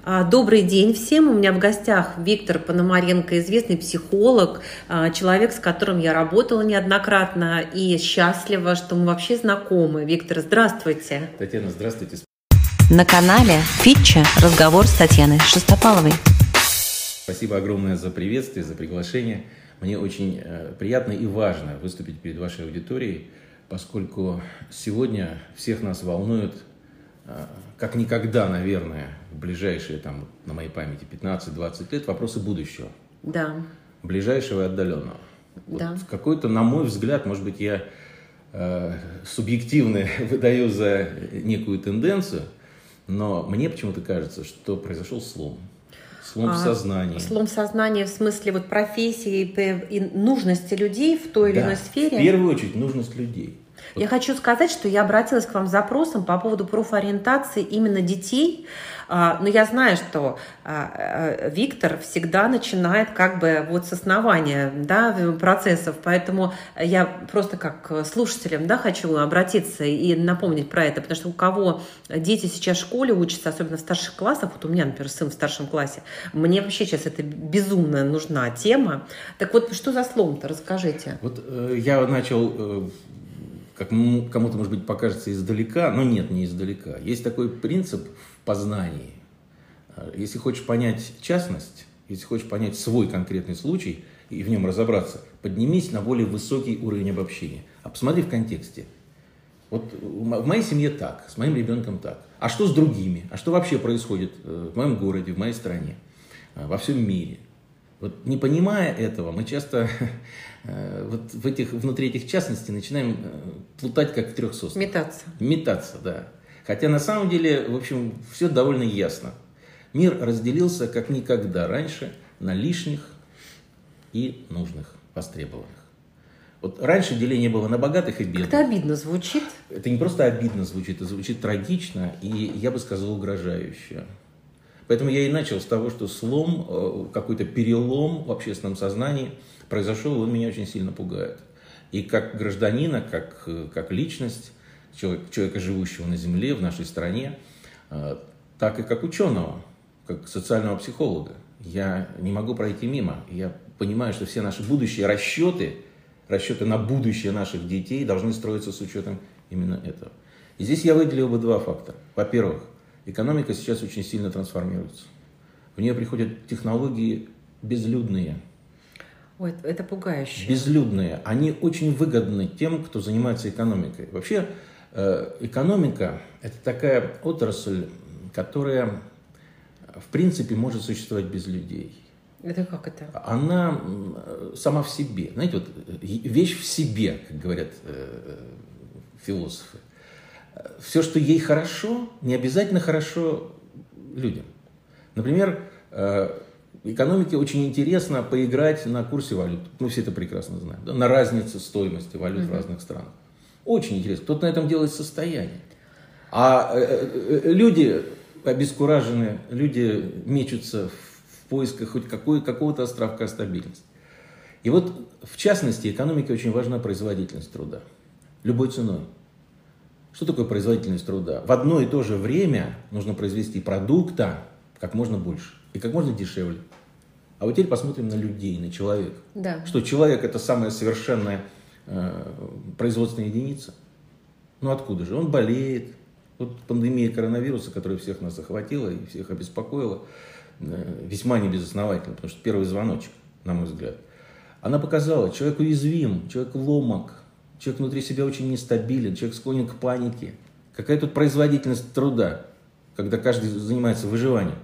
Добрый день всем. У меня в гостях Виктор Пономаренко, известный психолог, человек, с которым я работала неоднократно и счастлива, что мы вообще знакомы. Виктор, здравствуйте. Татьяна, здравствуйте. На канале Фитча разговор с Татьяной Шестопаловой. Спасибо огромное за приветствие, за приглашение. Мне очень приятно и важно выступить перед вашей аудиторией, поскольку сегодня всех нас волнует, как никогда, наверное, в ближайшие, на моей памяти, 15-20 лет, вопросы будущего. Да. Ближайшего и отдаленного. Да. Вот какой-то, на мой взгляд, может быть, я субъективно выдаю за некую тенденцию, но мне почему-то кажется, что произошел слом. Слом в сознании. Слом сознания в смысле профессии и нужности людей в той или иной сфере? В первую очередь нужность людей. Я хочу сказать, что я обратилась к вам с запросом по поводу профориентации именно детей, но я знаю, что Виктор всегда начинает с основания процессов, поэтому я просто как слушателям хочу обратиться и напомнить про это, потому что у кого дети сейчас в школе учатся, особенно в старших классах, вот у меня, например, сын в старшем классе, мне вообще сейчас это безумно нужна тема. Так вот, что за слом-то, расскажите. Я начал... как кому-то, может быть, покажется издалека, но нет, не издалека. Есть такой принцип в познании. Если хочешь понять частность, если хочешь понять свой конкретный случай и в нем разобраться, поднимись на более высокий уровень обобщения. А посмотри в контексте. Вот в моей семье так, с моим ребенком так. А что с другими? А что вообще происходит в моем городе, в моей стране, во всем мире? Вот не понимая этого, мы часто внутри этих частностей начинаем плутать, как в трех соснах. Метаться, да. Хотя на самом деле, в общем, все довольно ясно. Мир разделился как никогда раньше на лишних и нужных, востребованных. Вот раньше деление было на богатых и бедных. Это обидно звучит. Это не просто обидно звучит, это звучит трагично и, я бы сказал, угрожающе. Поэтому я и начал с того, что слом, какой-то перелом в общественном сознании произошел, он меня очень сильно пугает. И как гражданина, как личность, человека, живущего на земле, в нашей стране, так и как ученого, как социального психолога. Я не могу пройти мимо. Я понимаю, что все наши будущие расчеты на будущее наших детей должны строиться с учетом именно этого. И здесь я выделил бы два фактора. Во-первых, экономика сейчас очень сильно трансформируется. В нее приходят технологии безлюдные. Ой, это пугающе. Безлюдные. Они очень выгодны тем, кто занимается экономикой. Вообще, экономика – это такая отрасль, которая, в принципе, может существовать без людей. Это как это? Она сама в себе. Знаете, вещь в себе, как говорят философы. Все, что ей хорошо, не обязательно хорошо людям. Например, экономике очень интересно поиграть на курсе валют. Мы все это прекрасно знаем. Да? На разнице стоимости валют в разных странах. Очень интересно. Кто-то на этом делает состояние. А люди обескуражены, люди мечутся в поисках хоть какого-то островка стабильности. И вот, в частности, экономике очень важна производительность труда. Любой ценой. Что такое производительность труда? В одно и то же время нужно произвести продукта как можно больше и как можно дешевле. А вот теперь посмотрим на людей, на человека. Да. Что человек – это самая совершенная производственная единица. Ну откуда же? Он болеет. Вот пандемия коронавируса, которая всех нас охватила и всех обеспокоила, весьма небезосновательно, потому что первый звоночек, на мой взгляд, она показала, человек уязвим, человек ломок. Человек внутри себя очень нестабилен, человек склонен к панике. Какая тут производительность труда, когда каждый занимается выживанием?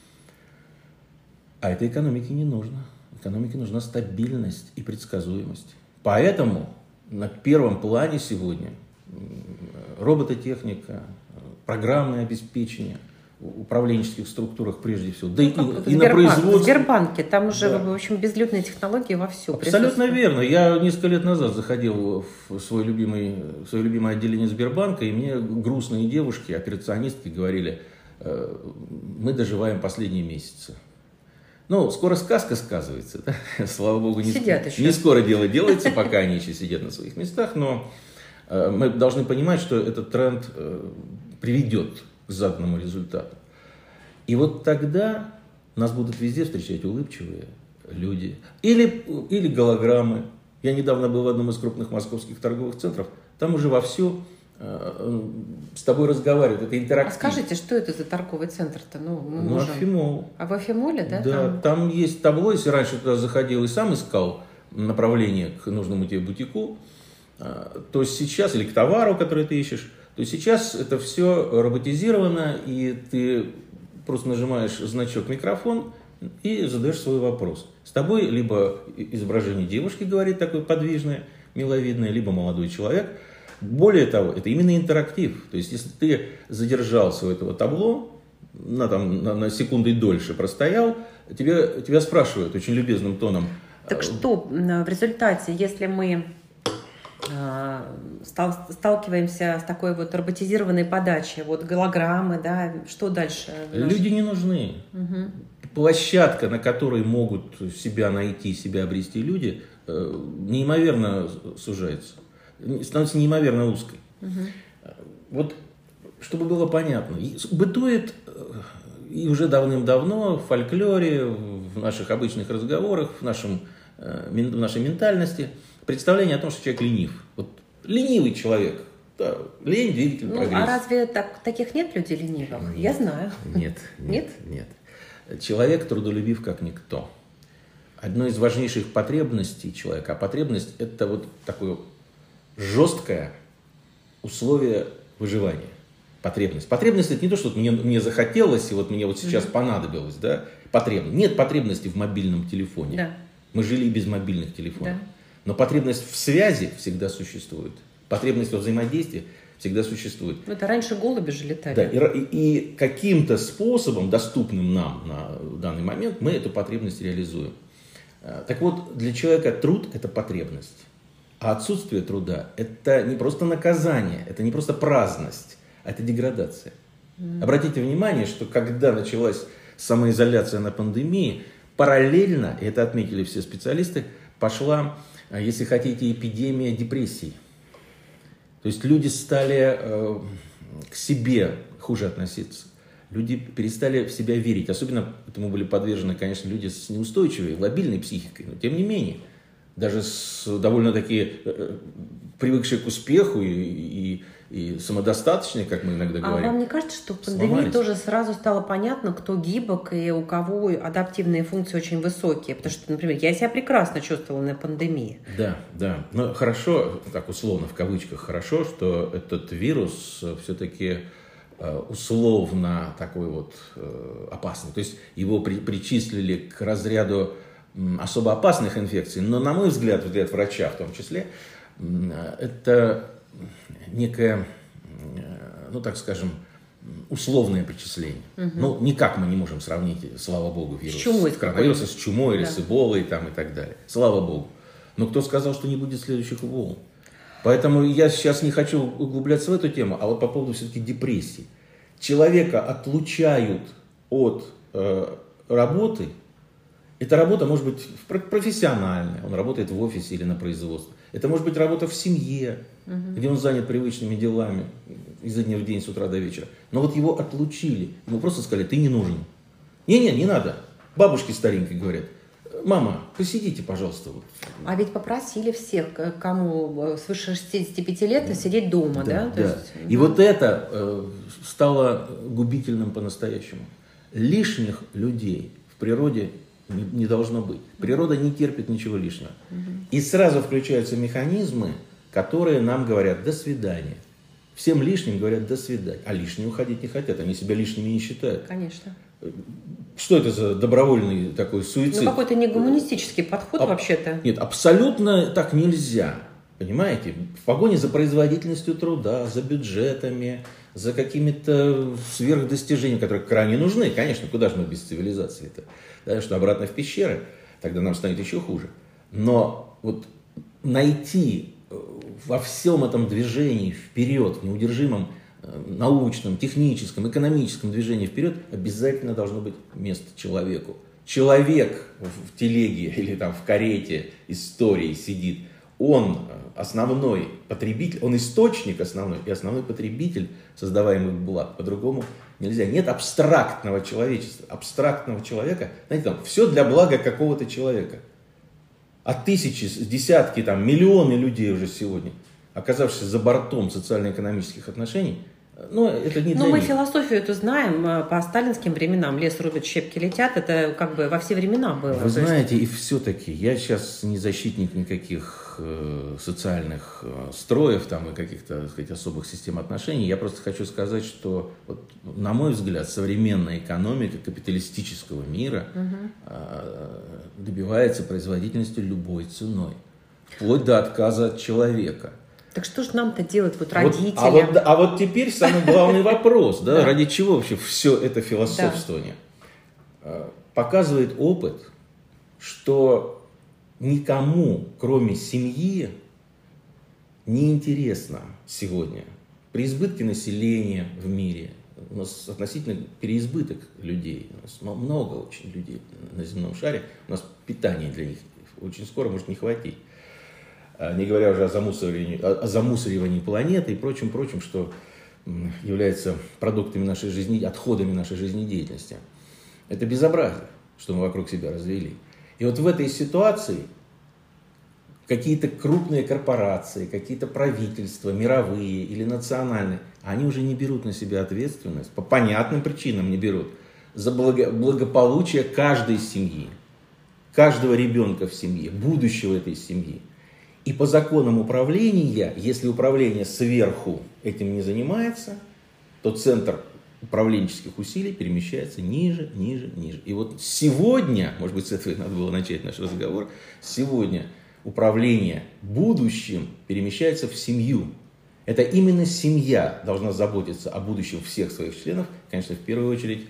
А это экономике не нужно. Экономике нужна стабильность и предсказуемость. Поэтому на первом плане сегодня робототехника, программное обеспечение, управленческих структурах прежде всего, да и на производстве. В Сбербанке, там уже, в общем, безлюдные технологии вовсю. Абсолютно верно. Я несколько лет назад заходил в свое любимое отделение Сбербанка, и мне грустные девушки, операционистки говорили, мы доживаем последние месяцы. Ну, скоро сказка сказывается, да? Слава богу, не скоро дело делается, пока они еще сидят на своих местах, но мы должны понимать, что этот тренд приведет к заданному результату. И вот тогда нас будут везде встречать улыбчивые люди. Или голограммы. Я недавно был в одном из крупных московских торговых центров. Там уже вовсю с тобой разговаривают. Это интерактив. А скажите, что это за торговый центр-то? Афимол. А в Афимоле, да? Да, там есть табло. Если раньше туда заходил и сам искал направление к нужному тебе бутику, то сейчас, или к товару, который ты ищешь, то сейчас это все роботизировано, и ты просто нажимаешь значок «Микрофон» и задаешь свой вопрос. С тобой либо изображение девушки говорит, такое подвижное, миловидное, либо молодой человек. Более того, это именно интерактив. То есть, если ты задержался у этого табло, на секунду и дольше простоял, тебя спрашивают очень любезным тоном. Так что в результате, если мы сталкиваемся с такой вот роботизированной подачей, вот голограммы, да, что дальше? Люди не нужны. Угу. Площадка, на которой могут себя найти, себя обрести люди, неимоверно сужается, становится неимоверно узкой. Угу. Вот, чтобы было понятно, бытует и уже давным-давно в фольклоре, в наших обычных разговорах, в нашей ментальности представление о том, что человек ленив. Вот ленивый человек. Да, лень, двигатель прогресса. А разве таких нет людей ленивых? Нет, Я знаю. Нет. Человек трудолюбив как никто. Одно из важнейших потребностей человека, а потребность – это вот такое жесткое условие выживания. Потребность. Потребность – это не то, что мне захотелось, и вот мне вот сейчас понадобилось. Да? Потребность. Нет потребности в мобильном телефоне. Да. Мы жили и без мобильных телефонов. Да. Но потребность в связи всегда существует. Потребность во взаимодействии всегда существует. Это раньше голуби же летали. Да, и каким-то способом, доступным нам на данный момент, мы эту потребность реализуем. Так вот, для человека труд – это потребность. А отсутствие труда – это не просто наказание, это не просто праздность, а это деградация. Обратите внимание, что когда началась самоизоляция на пандемии, параллельно, и это отметили все специалисты, пошла, если хотите, эпидемия депрессий. То есть люди стали к себе хуже относиться. Люди перестали в себя верить. Особенно этому были подвержены, конечно, люди с неустойчивой, лобильной психикой. Но тем не менее, даже с довольно-таки привыкшие к успеху и самодостаточные, как мы иногда говорим. А вам не кажется, что в пандемии тоже сразу стало понятно, кто гибок и у кого адаптивные функции очень высокие? Потому что, например, я себя прекрасно чувствовала на пандемии. Да. Но хорошо, так условно, в кавычках, хорошо, что этот вирус все-таки условно такой вот опасный. То есть его причислили к разряду особо опасных инфекций. Но, на мой взгляд, взгляд врача в том числе, это некое, ну так скажем, условное причисление. Ну, никак мы не можем сравнить, слава богу, вирус коронавируса с чумой или с эболой там, и так далее. Слава богу. Но кто сказал, что не будет следующих волн? Поэтому я сейчас не хочу углубляться в эту тему, а вот по поводу все-таки депрессии. Человека отлучают от работы. Эта работа может быть профессиональная, он работает в офисе или на производстве. Это может быть работа в семье, где он занят привычными делами изо дня в день, с утра до вечера. Но вот его отлучили, ему просто сказали: ты не нужен. Не надо. Бабушки старенькие говорят: мама, посидите, пожалуйста. А ведь попросили всех, кому свыше 65 лет, сидеть дома, да? Да. И вот это стало губительным по-настоящему. Лишних людей в природе не должно быть. Природа не терпит ничего лишнего. И сразу включаются механизмы, которые нам говорят: до свидания. Всем лишним говорят: до свидания. А лишние уходить не хотят, они себя лишними не считают. Конечно. Что это за добровольный такой суицид? Ну, какой-то не гуманистический подход вообще-то. Нет, абсолютно так нельзя. Понимаете? В погоне за производительностью труда, за бюджетами, за какими-то сверхдостижениями, которые крайне нужны. Конечно, куда же мы без цивилизации-то? Да, что обратно в пещеры, тогда нам станет еще хуже. Но вот найти во всем этом движении вперед, в неудержимом научном, техническом, экономическом движении вперед, обязательно должно быть место человеку. Человек в телеге или там в карете истории сидит. Он основной потребитель, он источник основной и основной потребитель создаваемых благ. По-другому Нельзя. Нет абстрактного человечества, абстрактного человека. Знаете, там, все для блага какого-то человека. А тысячи, десятки, там, миллионы людей уже сегодня, оказавшись за бортом социально-экономических отношений, ну, это не для мы них. философию эту знаем по сталинским временам. Лес рубят, щепки летят. Это как бы во все времена было. Вы знаете, и все-таки я сейчас не защитник никаких социальных строев там, и каких-то, так сказать, особых систем отношений. Я просто хочу сказать, что, вот, на мой взгляд, современная экономика капиталистического мира добивается производительности любой ценой. Вплоть до отказа от человека. Так что же нам-то делать, вот родителям? А вот теперь самый главный вопрос, да, ради чего вообще все это философствование? Показывает опыт, что никому, кроме семьи, не интересно сегодня при избытке населения в мире. У нас относительно переизбыток людей, у нас много очень людей на земном шаре, у нас питания для них очень скоро может не хватить. Не говоря уже о замусоривании планеты и прочем, что является продуктами нашей жизни, отходами нашей жизнедеятельности. Это безобразие, что мы вокруг себя развели. И вот в этой ситуации какие-то крупные корпорации, какие-то правительства, мировые или национальные, они уже не берут на себя ответственность, по понятным причинам не берут, за благополучие каждой семьи, каждого ребенка в семье, будущего этой семьи. И по законам управления, если управление сверху этим не занимается, то центр управленческих усилий перемещается ниже, ниже, ниже. И вот сегодня, может быть, с этого надо было начать наш разговор, сегодня управление будущим перемещается в семью. Это именно семья должна заботиться о будущем всех своих членов, конечно, в первую очередь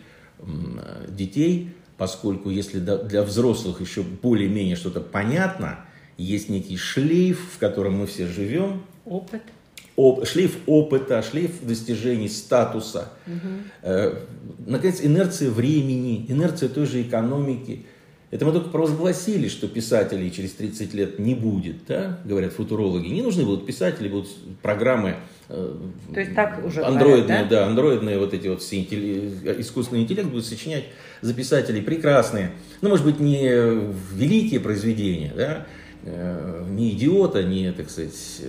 детей, поскольку если для взрослых еще более-менее что-то понятно, есть некий шлейф, в котором мы все живем. Опыт. Шлейф опыта, шлейф достижений, статуса. Наконец, инерция времени, инерция той же экономики. Это мы только провозгласили, что писателей через 30 лет не будет, да? Говорят футурологи. Не нужны будут писатели, будут программы. То есть так уже андроидные, говорят, да? андроидные вот эти вот все искусственный интеллект будет сочинять за писателей прекрасные. Ну, может быть, не великие произведения, да? Не идиота, не, так сказать,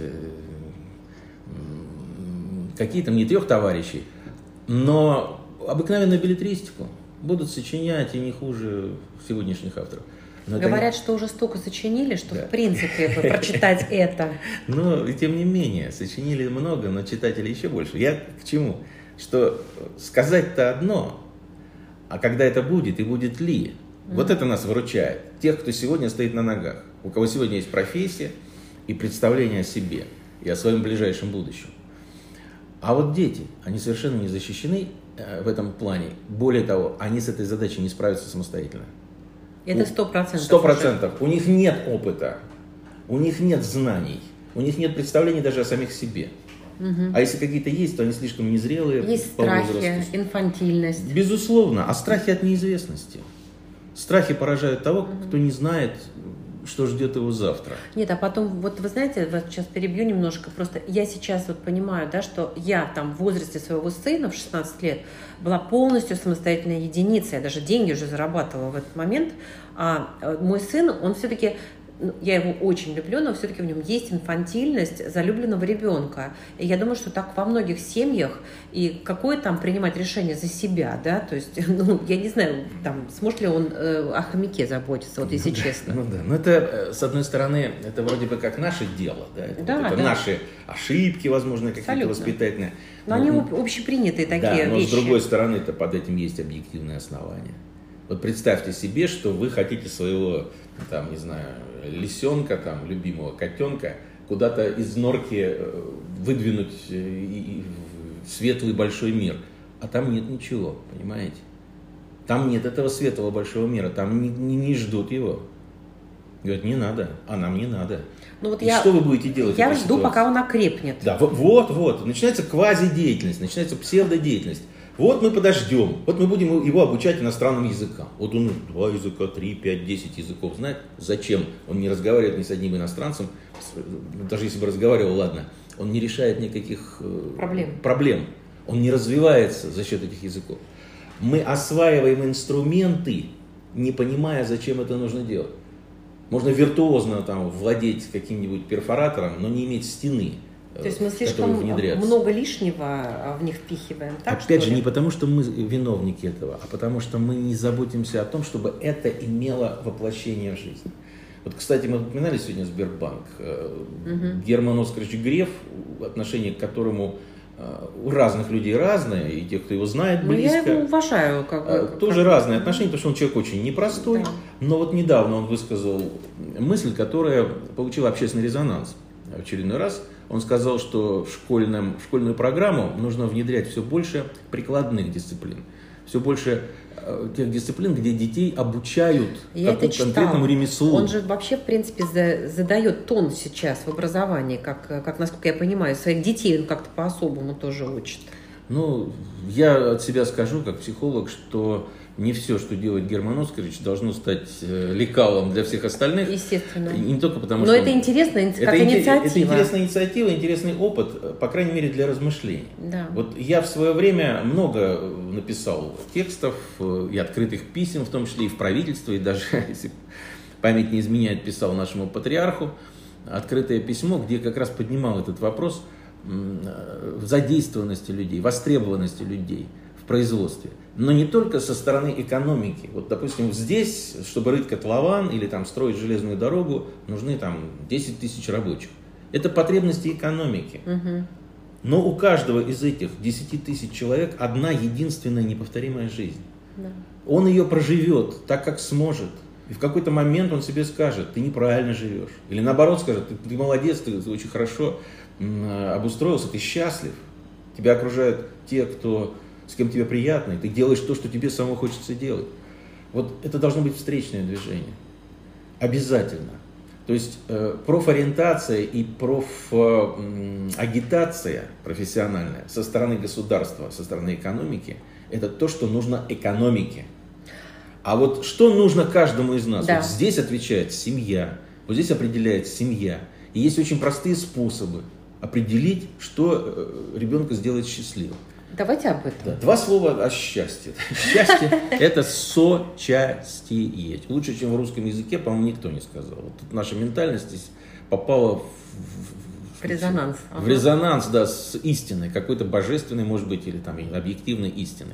какие-то, не трех товарищей, но обыкновенную беллетристику будут сочинять и не хуже сегодняшних авторов. Но говорят, что уже столько сочинили, что в принципе прочитать это. Но и тем не менее, сочинили много, но читателей еще больше. Я к чему? Что сказать-то одно, а когда это будет и будет ли, вот это нас выручает. Тех, кто сегодня стоит на ногах, у кого сегодня есть профессия и представление о себе и о своем ближайшем будущем. А вот дети, они совершенно не защищены в этом плане. Более того, они с этой задачей не справятся самостоятельно. Это 100%. 100%. У них нет опыта, у них нет знаний, у них нет представлений даже о самих себе. А если какие-то есть, то они слишком незрелые. Есть страхи, инфантильность. Безусловно. А страхи от неизвестности. Страхи поражают того, кто не знает, что ждет его завтра. Нет, а потом, вот вы знаете, вот сейчас перебью немножко, просто я сейчас вот понимаю, да, что я там в возрасте своего сына в 16 лет была полностью самостоятельной единицей, я даже деньги уже зарабатывала в этот момент, а мой сын, он все-таки, я его очень люблю, но все-таки в нем есть инфантильность залюбленного ребенка. И я думаю, что так во многих семьях, и какое там принимать решение за себя, да, то есть, ну, я не знаю, там, сможет ли он о хомяке заботиться, вот если честно. Ну да, но это, с одной стороны, это вроде бы как наше дело, да, это наши ошибки, возможно, какие-то воспитательные. Но они общепринятые такие вещи. Но с другой стороны-то под этим есть объективные основания. Вот представьте себе, что вы хотите своего, там, не знаю, лисенка, там, любимого котенка куда-то из норки выдвинуть в светлый большой мир. А там нет ничего, понимаете? Там нет этого светлого большого мира, там не ждут его. Говорят, не надо, а нам не надо. Ну, вот что вы будете делать? Я жду, пока он окрепнет. Да, вот. Начинается квазидеятельность, начинается псевдодеятельность. Вот мы подождем, вот мы будем его обучать иностранным языкам. Вот он 2 языка, 3, 5, 10 языков знает. Зачем? Он не разговаривает ни с одним иностранцем. Даже если бы разговаривал, ладно, он не решает никаких проблем. Он не развивается за счет этих языков. Мы осваиваем инструменты, не понимая, зачем это нужно делать. Можно виртуозно там владеть каким-нибудь перфоратором, но не иметь стены, то есть мы слишком много лишнего в них впихиваем. Так, опять же, не потому, что мы виновники этого, а потому, что мы не заботимся о том, чтобы это имело воплощение в жизнь. Вот, кстати, мы упоминали сегодня Сбербанк. Герман Оскарович Греф, отношение к которому у разных людей разное, и тех, кто его знает близко. Я его уважаю. Тоже разные отношения, потому что он человек очень непростой. Да. Но вот недавно он высказал мысль, которая получила общественный резонанс. В очередной раз он сказал, что в школьную программу нужно внедрять все больше прикладных дисциплин. Все больше тех дисциплин, где детей обучают какому-то конкретному ремеслу. Он же вообще, в принципе, задает тон сейчас в образовании, как насколько я понимаю, своих детей он как-то по-особому тоже учит. Ну, я от себя скажу, как психолог, что не все, что делает Герман Оскарович, должно стать лекалом для всех остальных. Естественно. И не только потому, но что... Но это интересно, как инициатива. Это интересная инициатива, интересный опыт, по крайней мере, для размышлений. Да. Вот я в свое время много написал текстов и открытых писем, в том числе и в правительство, и даже, если память не изменяет, писал нашему патриарху открытое письмо, где как раз поднимал этот вопрос задействованности людей, востребованности людей в производстве. Но не только со стороны экономики. Вот, допустим, здесь, чтобы рыть котлован или там строить железную дорогу, нужны там 10 тысяч рабочих. Это потребности экономики. Угу. Но у каждого из этих 10 тысяч человек одна единственная неповторимая жизнь. Да. Он ее проживет так, как сможет. И в какой-то момент он себе скажет: ты неправильно живешь. Или наоборот скажет: ты молодец, ты очень хорошо обустроился, ты счастлив. Тебя окружают те, с кем тебе приятно, и ты делаешь то, что тебе самому хочется делать. Вот это должно быть встречное движение. Обязательно. То есть профориентация и профагитация профессиональная со стороны государства, со стороны экономики – это то, что нужно экономике. А вот что нужно каждому из нас? Да. Вот здесь отвечает семья, вот здесь определяет семья. И есть очень простые способы определить, что ребенка сделает счастливым. Давайте об этом. Да, 2 слова о счастье. Счастье – это сочастие. Лучше, чем в русском языке, по-моему, никто не сказал. Вот тут наша ментальность здесь попала в резонанс. В резонанс, да, с истиной, какой-то божественной, может быть, или там объективной истиной.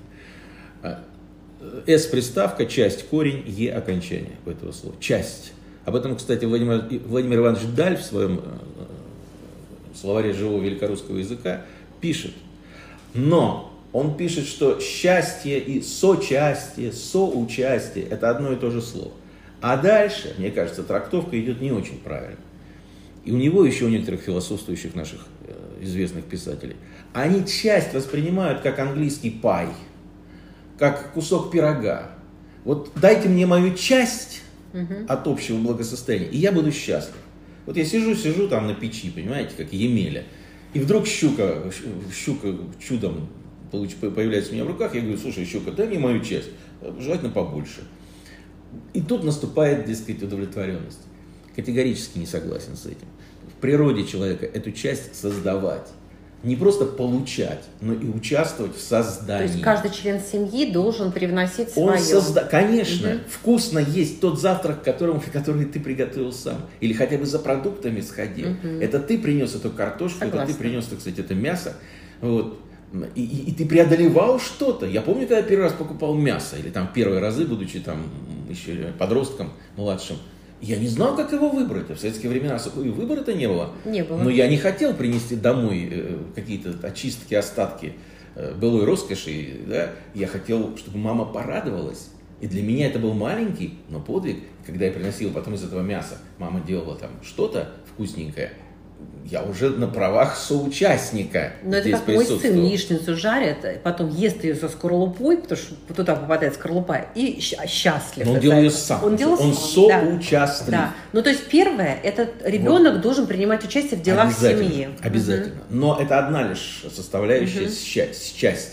С приставка, часть, корень, Е окончание у этого слова. Часть. Об этом, кстати, Владимир Иванович Даль в своем словаре живого великорусского языка пишет. Но он пишет, что счастье и сочастие, соучастие – это одно и то же слово. А дальше, мне кажется, трактовка идет не очень правильно. И у него еще, у некоторых философствующих наших известных писателей, они часть воспринимают как английский pie, как кусок пирога. Вот дайте мне мою часть от общего благосостояния, и я буду счастлив. Вот я сижу там на печи, понимаете, как Емеля, и вдруг щука чудом появляется у меня в руках, я говорю: слушай, щука, дай мне мою часть, желательно побольше. И тут наступает, дескать, удовлетворенность. Категорически не согласен с этим. В природе человека эту часть создавать. Не просто получать, но и участвовать в создании. То есть каждый член семьи должен привносить свое. Конечно, вкусно есть тот завтрак, который ты приготовил сам. Или хотя бы за продуктами сходил. Это ты принес эту картошку, это ты принес, так сказать, это мясо. Вот. И ты преодолевал что-то. Я помню, когда я первый раз покупал мясо, или там первые разы, будучи там еще подростком младшим, я не знал, как его выбрать. В советские времена особого выбора-то не было. Не было. Но я не хотел принести домой какие-то очистки, остатки былой роскоши. Да? Я хотел, чтобы мама порадовалась. И для меня это был маленький, но подвиг. Когда я приносил потом из этого мяса, мама делала там что-то вкусненькое, я уже на правах соучастника. Но это как мой сын яичницу жарит, потом ест ее со скорлупой, потому что туда попадает скорлупа, и счастлив. Но он делал ее сам. Он соучаствует. Да. Ну, то есть первое, этот ребенок должен принимать участие в делах семьи. Обязательно. Но это одна лишь составляющая счастья.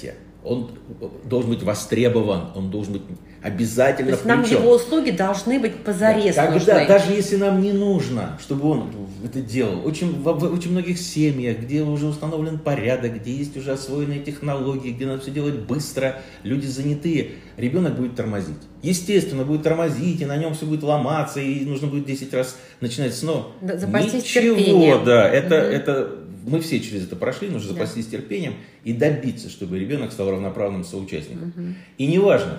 Он должен быть востребован, он должен быть обязательно включен. То есть нам его услуги должны быть позарез нужны. Даже если нам не нужно, чтобы он это делал. В очень многих семьях, где уже установлен порядок, где есть уже освоенные технологии, где надо все делать быстро, люди занятые, ребенок будет тормозить. Естественно, будет тормозить, и на нем все будет ломаться, и нужно будет 10 раз начинать снова. Запастись терпением. Да, это мы все через это прошли, нужно запастись терпением и добиться, чтобы ребенок стал равноправным соучастником. И неважно,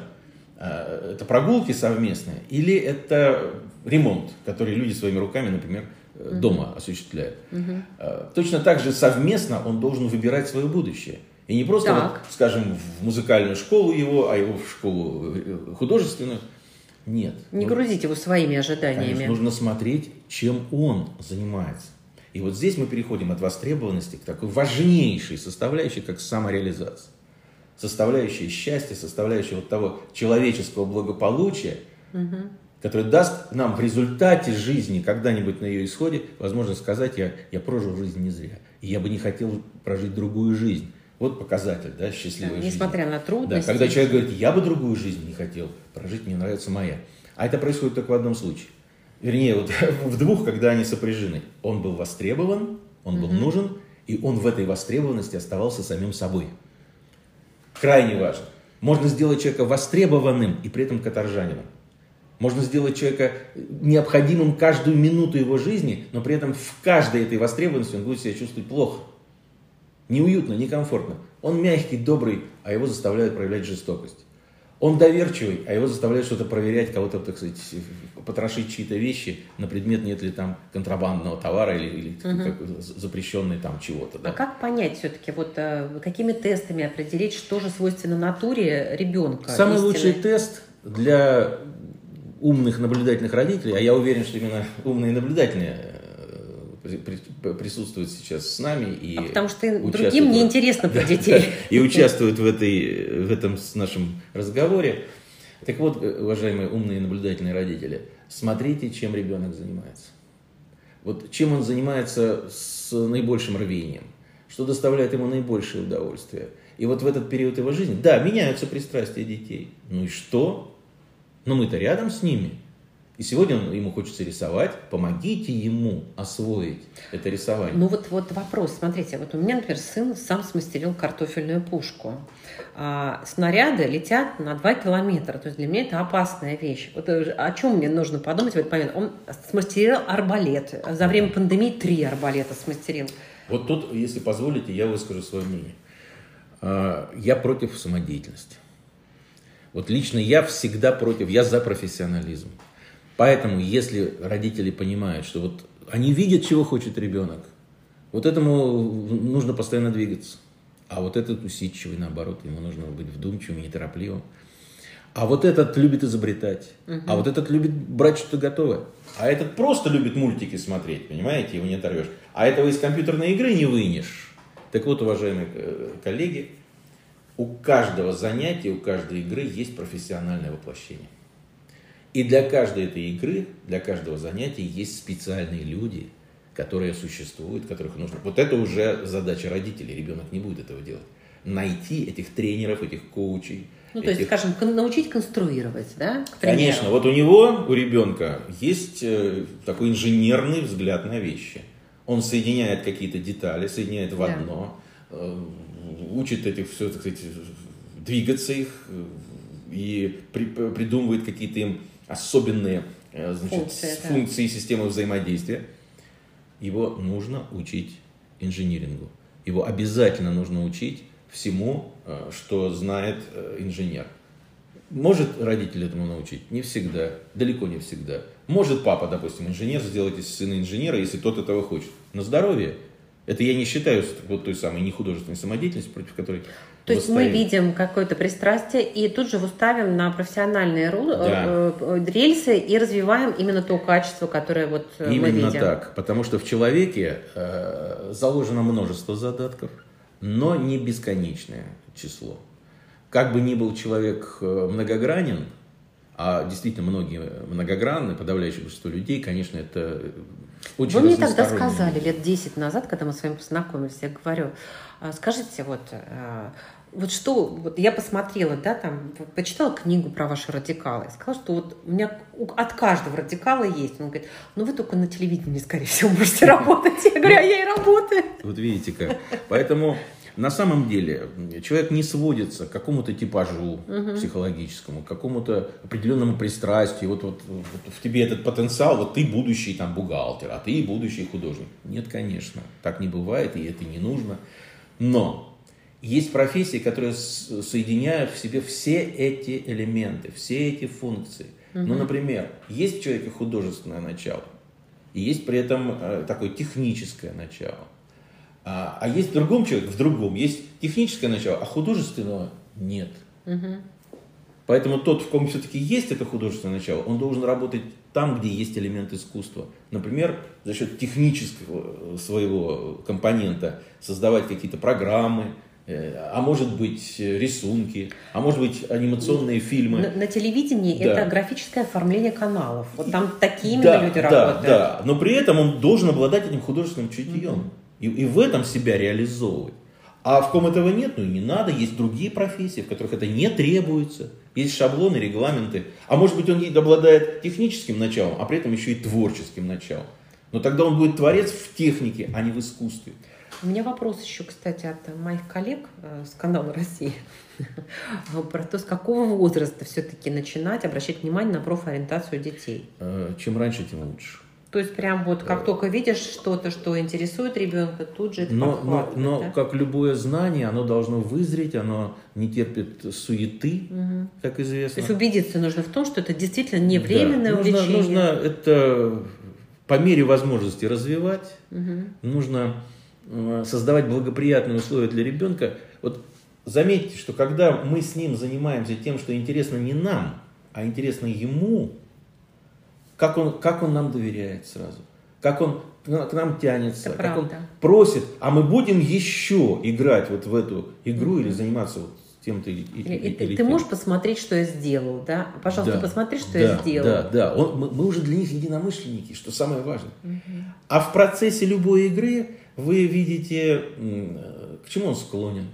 это прогулки совместные или это ремонт, который люди своими руками, например, дома осуществляют. Точно так же совместно он должен выбирать свое будущее. И не просто, вот, скажем, в музыкальную школу его, а его в школу художественную. Нет. Не грузить его своими ожиданиями. Конечно, нужно смотреть, чем он занимается. И вот здесь мы переходим от востребованности к такой важнейшей составляющей, как самореализация. Составляющая счастья, составляющая вот того человеческого благополучия, которое даст нам в результате жизни, когда-нибудь на ее исходе, возможность сказать, я прожил жизнь не зря. И я бы не хотел прожить другую жизнь. Вот показатель, да, счастливой жизни. Несмотря на трудности. Да, когда человек говорит, я бы другую жизнь не хотел прожить, мне нравится моя. А это происходит только в одном случае. Вернее, вот в двух, когда они сопряжены. Он был востребован, он был нужен, и он в этой востребованности оставался самим собой. Крайне важно. Можно сделать человека востребованным и при этом каторжанином. Можно сделать человека необходимым каждую минуту его жизни, но при этом в каждой этой востребованности он будет себя чувствовать плохо. Неуютно, некомфортно. Он мягкий, добрый, а его заставляют проявлять жестокость. Он доверчивый, а его заставляют что-то проверять, кого-то, так сказать, потрошить чьи-то вещи на предмет, нет ли там контрабандного товара или запрещенной там чего-то. Да. А как понять все-таки, вот какими тестами определить, что же свойственно натуре ребенка? Самый лучший тест для умных наблюдательных родителей, а я уверен, что именно умные и наблюдательные присутствуют сейчас с нами. И потому что другим неинтересно про детей. И участвуют в этом нашем разговоре. Так вот, уважаемые умные и наблюдательные родители, смотрите, чем ребенок занимается. Вот чем он занимается с наибольшим рвением, что доставляет ему наибольшее удовольствие. И вот в этот период его жизни, да, меняются пристрастия детей. Ну и что? Но мы-то рядом с ними. И сегодня ему хочется рисовать, помогите ему освоить это рисование. Ну вот вопрос, смотрите, вот у меня, например, сын сам смастерил картофельную пушку. Снаряды летят на 2 километра, то есть для меня это опасная вещь. Вот о чем мне нужно подумать в этот момент? Он смастерил арбалет, за время пандемии 3 арбалета смастерил. Вот тут, если позволите, я выскажу свое мнение. Я против самодеятельности. Вот лично я всегда против, я за профессионализм. Поэтому, если родители понимают, что вот они видят, чего хочет ребенок, вот этому нужно постоянно двигаться. А вот этот усидчивый, наоборот, ему нужно быть вдумчивым и неторопливым. А вот этот любит изобретать. А вот этот любит брать что-то готовое. А этот просто любит мультики смотреть, понимаете, его не оторвешь. А этого из компьютерной игры не вынешь. Так вот, уважаемые коллеги, у каждого занятия, у каждой игры есть профессиональное воплощение. И для каждой этой игры, для каждого занятия есть специальные люди, которые существуют, которых нужно. Вот это уже задача родителей, ребенок не будет этого делать. Найти этих тренеров, этих коучей. Ну, то есть, скажем, научить конструировать, да? Конечно, вот у ребенка есть такой инженерный взгляд на вещи. Он соединяет какие-то детали, соединяет в одно, учит этих все, так сказать, двигаться их и придумывает какие-то им особенные функции системы взаимодействия. Его нужно учить инжинирингу. Его обязательно нужно учить всему, что знает инженер. Может родитель этому научить? Не всегда, далеко не всегда. Может папа, допустим, инженер, сделать из сына инженера, если тот этого хочет. На здоровье. Это я не считаю вот той самой нехудожественной самодеятельностью, против которой... То есть мы видим какое-то пристрастие и тут же ставим на профессиональные рельсы и развиваем именно то качество, которое вот мы видим. Именно так, потому что в человеке заложено множество задатков, но не бесконечное число. Как бы ни был человек многогранен, а действительно многие многогранны, подавляющее большинство людей, конечно, это очень разностороннее. Вы мне тогда сказали лет 10 назад, когда мы с вами познакомились, я говорю, скажите, вот Вот что, вот я посмотрела, да, там, почитала книгу про ваши радикалы, сказала, что вот у меня от каждого радикала есть. Он говорит, ну вы только на телевидении, скорее всего, можете работать. Я говорю, а я и работаю. Вот видите как. Поэтому на самом деле человек не сводится к какому-то типажу психологическому, к какому-то определенному пристрастию. Вот в тебе этот потенциал, вот ты будущий там бухгалтер, а ты будущий художник. Нет, конечно, так не бывает, и это не нужно. Но есть профессии, которые соединяют в себе все эти элементы, все эти функции. Ну, например, есть в человеке художественное начало, и есть при этом такое техническое начало. А есть в другом человеке, в другом, есть техническое начало, а художественного нет. Поэтому тот, в ком все-таки есть это художественное начало, он должен работать там, где есть элемент искусства. Например, за счет технического своего компонента создавать какие-то программы, а может быть рисунки, а может быть анимационные фильмы. На телевидении да. Это графическое оформление каналов. Вот там такие именно люди работают. Да, но при этом он должен обладать этим художественным чутьем. И в этом себя реализовывать. А в ком этого нет, ну и не надо. Есть другие профессии, в которых это не требуется. Есть шаблоны, регламенты. А может быть, он обладает техническим началом, а при этом еще и творческим началом. Но тогда он будет творец в технике, а не в искусстве. У меня вопрос еще, кстати, от моих коллег с канала «Россия» про то, с какого возраста все-таки начинать обращать внимание на профориентацию детей. Чем раньше, тем лучше. То есть прям вот как только видишь что-то, что интересует ребенка, тут же это подхватывает. Но да? как любое знание, оно должно вызреть, оно не терпит суеты, как известно. То есть убедиться нужно в том, что это действительно не временное увлечение. Нужно это по мере возможности развивать. Нужно создавать благоприятные условия для ребенка. Вот заметьте, что когда мы с ним занимаемся тем, что интересно не нам, а интересно ему, как он нам доверяет сразу, как он к нам тянется, это как правда. Он просит, а мы будем еще играть вот в эту игру или заниматься вот тем-то или ты можешь посмотреть, что я сделал, да? Пожалуйста, посмотри, что я сделал. Да. Мы уже для них единомышленники, что самое важное. А в процессе любой игры вы видите, к чему он склонен.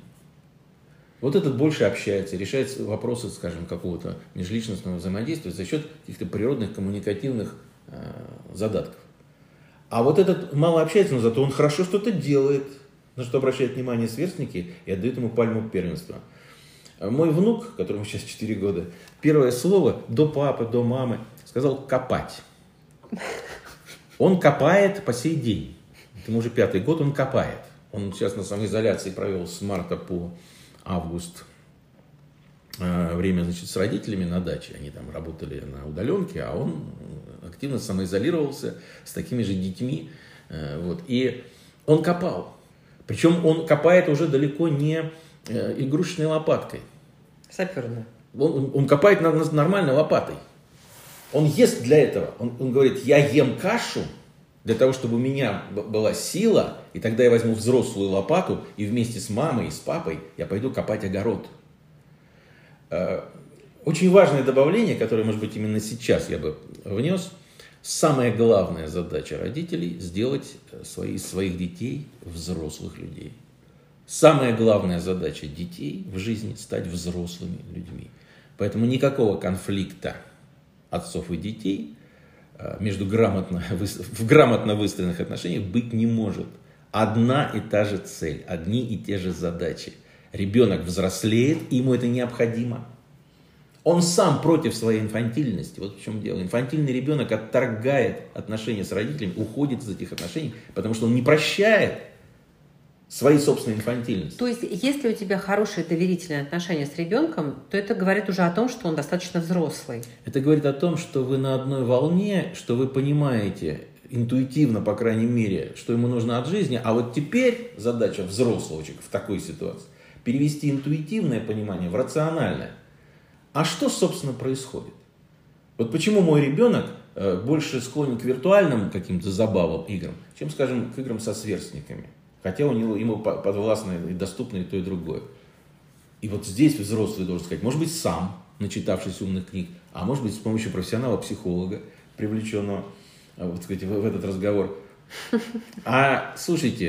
Вот этот больше общается, решает вопросы, скажем, какого-то межличностного взаимодействия за счет каких-то природных коммуникативных задатков. А вот этот мало общается, но зато он хорошо что-то делает, на что обращают внимание сверстники и отдают ему пальму первенства. Мой внук, которому сейчас 4 года, первое слово до папы, до мамы сказал «копать». Он копает по сей день. Ему уже 5-й год, он копает. Он сейчас на самоизоляции провел с марта по август время, значит, с родителями на даче. Они там работали на удаленке, а он активно самоизолировался с такими же детьми. Вот. И он копал. Причем он копает уже далеко не игрушечной лопаткой. Саперной. Он копает нормальной лопатой. Он ест для этого. Он говорит, я ем кашу для того, чтобы у меня была сила, и тогда я возьму взрослую лопату, и вместе с мамой и с папой я пойду копать огород. Очень важное добавление, которое, может быть, именно сейчас я бы внес. Самая главная задача родителей – сделать из своих детей взрослых людей. Самая главная задача детей в жизни – стать взрослыми людьми. Поэтому никакого конфликта отцов и детей в грамотно выстроенных отношениях быть не может. Одна и та же цель, одни и те же задачи. Ребенок взрослеет, и ему это необходимо. Он сам против своей инфантильности. Вот в чем дело. Инфантильный ребенок отторгает отношения с родителями, уходит из этих отношений, потому что он не прощает своей собственной инфантильности. То есть, если у тебя хорошие доверительные отношения с ребенком, то это говорит уже о том, что он достаточно взрослый. Это говорит о том, что вы на одной волне, что вы понимаете интуитивно, по крайней мере, что ему нужно от жизни. А вот теперь задача взрослого человека в такой ситуации – перевести интуитивное понимание в рациональное. А что, собственно, происходит? Вот почему мой ребенок больше склонен к виртуальным каким-то забавам, играм, чем, скажем, к играм со сверстниками. Хотя ему подвластно и доступно и то, и другое. И вот здесь взрослый должен сказать, может быть, сам, начитавшись умных книг, а может быть, с помощью профессионала-психолога, привлеченного вот, сказать, в этот разговор. А слушайте,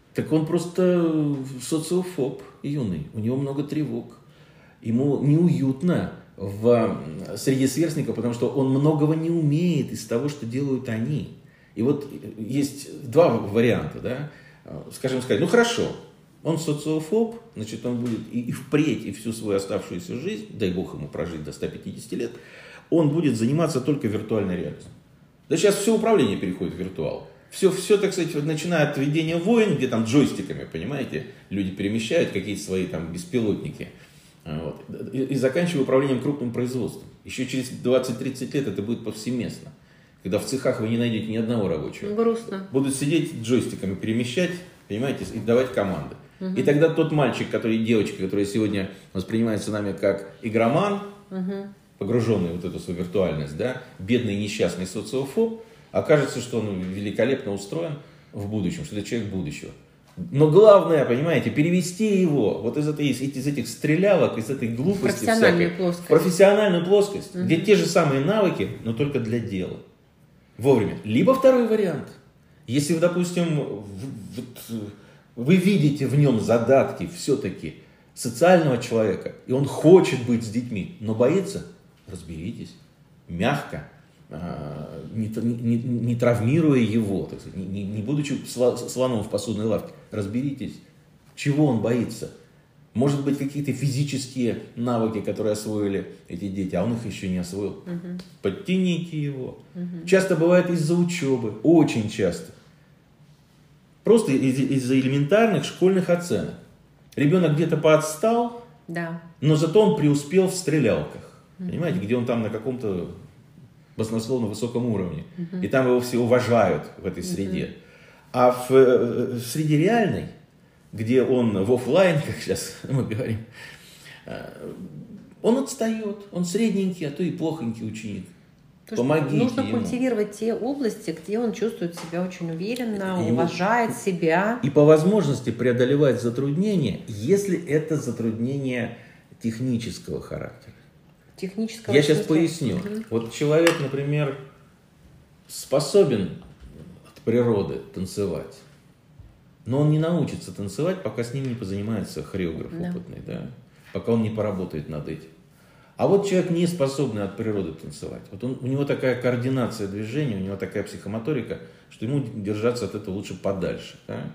Так он просто социофоб юный, у него много тревог. Ему неуютно среди сверстников, потому что он многого не умеет из того, что делают они. И вот есть два варианта, да, скажем, сказать, ну хорошо, он социофоб, значит, он будет и впредь, и всю свою оставшуюся жизнь, дай бог ему прожить до 150 лет, он будет заниматься только виртуальной реальностью. Да сейчас все управление переходит в виртуал. Все, так сказать, начиная от ведения войн, где там джойстиками, понимаете, люди перемещают какие-то свои там беспилотники, вот, и заканчивая управлением крупным производством. Еще через 20-30 лет это будет повсеместно. Когда в цехах вы не найдете ни одного рабочего. Грустно. Будут сидеть джойстиками, перемещать, понимаете, и давать команды. И тогда тот мальчик, девочка, которая сегодня воспринимается нами как игроман, погруженный в вот эту свою виртуальность, да, бедный несчастный социофоб, окажется, что он великолепно устроен в будущем, что это человек будущего. Но главное, понимаете, перевести его вот из этих стрелялок, из этой глупости в профессиональную плоскость, где те же самые навыки, но только для дела. Вовремя. Либо второй вариант. Если вы, допустим, вы видите в нем задатки все-таки социального человека, и он хочет быть с детьми, но боится, разберитесь, мягко, не травмируя его, так сказать, не будучи слоном в посудной лавке, разберитесь, чего он боится. Может быть, какие-то физические навыки, которые освоили эти дети, а он их еще не освоил. Подтяните его. Часто бывает из-за учебы, очень часто. Просто из-за элементарных школьных оценок. Ребенок где-то поотстал, да, но зато он преуспел в стрелялках. Понимаете, где он там на каком-то баснословно высоком уровне. И там его все уважают в этой среде. А в среде реальной, где он в офлайн, как сейчас мы говорим, он отстает, он средненький, а то и плохонький ученик. Помогите нужно ему. культивировать те области, где он чувствует себя очень уверенно, уважает себя. И по возможности преодолевать затруднения, если это затруднения технического характера. Я сейчас поясню. Вот человек, например, способен от природы танцевать, но он не научится танцевать, пока с ним не позанимается хореограф опытный, да? Пока он не поработает над этим. А вот человек не способный от природы танцевать. Вот у него такая координация движения, у него такая психомоторика, что ему держаться от этого лучше подальше. Да?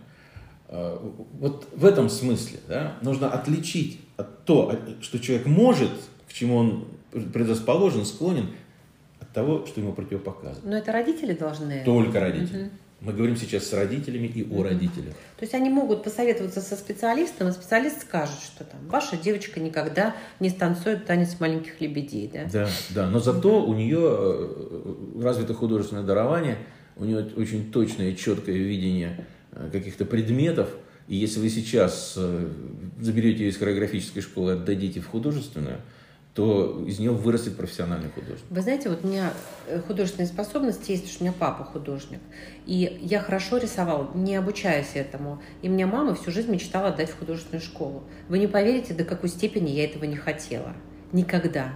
Вот в этом смысле, да, нужно отличить то, что человек может, к чему он предрасположен, склонен, от того, что ему противопоказано. Но это родители должны... Только родители. Мы говорим сейчас с родителями и о родителях. То есть они могут посоветоваться со специалистом, и специалист скажет, что там ваша девочка никогда не станцует танец маленьких лебедей. Да, да, но зато у нее развито художественное дарование, у нее очень точное и четкое видение каких-то предметов. И если вы сейчас заберете ее из хореографической школы и отдадите в художественную, то из нее вырастет профессиональный художник. Вы знаете, вот у меня художественные способности есть, потому что у меня папа художник. И я хорошо рисовала, не обучаясь этому. И меня мама всю жизнь мечтала отдать в художественную школу. Вы не поверите, до какой степени я этого не хотела. Никогда.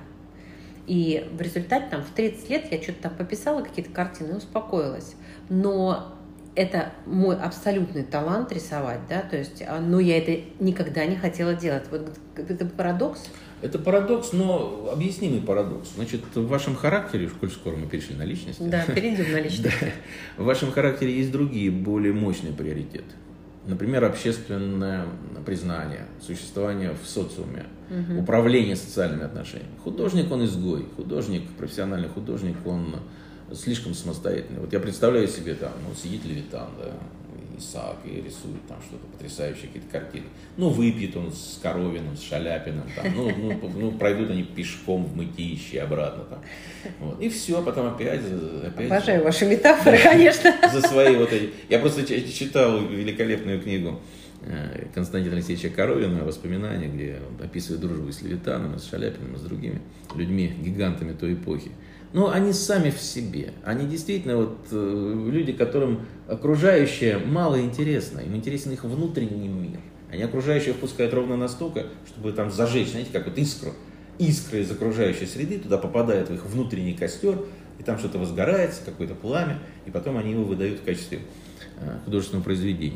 И в результате там, в 30 лет я что-то там пописала, какие-то картины, и успокоилась. Но это мой абсолютный талант рисовать, да, то есть, но я это никогда не хотела делать. Вот это парадокс. Это парадокс, но объяснимый парадокс. Значит, в вашем характере, коль скоро мы перешли на личность. Да, перейдем на личность. В вашем характере есть другие, более мощные приоритеты. Например, общественное признание, существование в социуме, управление социальными отношениями. Художник, он изгой. Художник, профессиональный художник, он слишком самостоятельный. Вот я представляю себе, там, сидит Левитан, да, Исаак, и рисует там что-то потрясающее, какие-то картины. Выпьет он с Коровиным, с Шаляпиным, там, пройдут они пешком в Мытищи обратно. Там. Вот. И все, потом опять. Обожаю ваши метафоры, конечно. За свои вот эти. Я просто читал великолепную книгу Константина Алексеевича Коровина «Воспоминания», где он описывает дружбу с Левитаном, с Шаляпиным, с другими людьми, гигантами той эпохи. Но они сами в себе. Они действительно люди, которым окружающее мало интересно. Им интересен их внутренний мир. Они окружающее впускают ровно настолько, чтобы там зажечь, знаете, как искру. Искра из окружающей среды туда попадает в их внутренний костер, и там что-то возгорается, какое-то пламя, и потом они его выдают в качестве художественного произведения.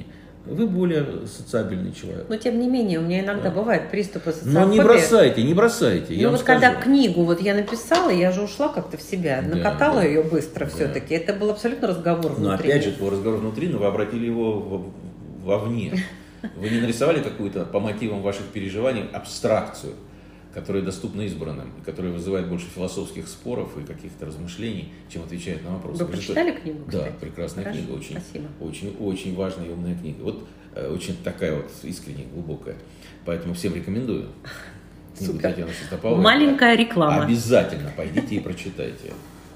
вы более социабельный человек. Но тем не менее, у меня иногда бывают приступы социофобии. Но не бросайте. Ну вот когда книгу вот я написала, я же ушла как-то в себя, накатала ее быстро все-таки. Это был абсолютно разговор внутри. Но опять же, твой разговор внутри, но вы обратили его вовне. Вы не нарисовали какую-то по мотивам ваших переживаний абстракцию, которая доступна избранным, и которая вызывает больше философских споров и каких-то размышлений, чем отвечает на вопросы. Вы прочитали книгу, кстати? Да, прекрасная книга, очень важная и умная книга. Вот очень такая вот искренняя, глубокая. Поэтому всем рекомендую. Книгу Татьяны Шестоповой. Маленькая реклама. Обязательно пойдите и прочитайте.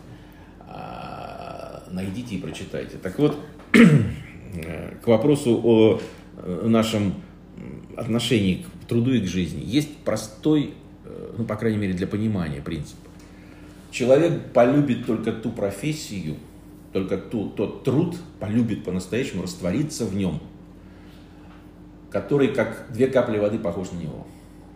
Найдите и прочитайте. Так вот, к вопросу о нашем отношении к труду и к жизни. Есть простой, ну, по крайней мере, для понимания принцип. Человек полюбит только ту профессию, только тот труд полюбит по-настоящему, растворится в нем, который, как 2 капли воды, похож на него.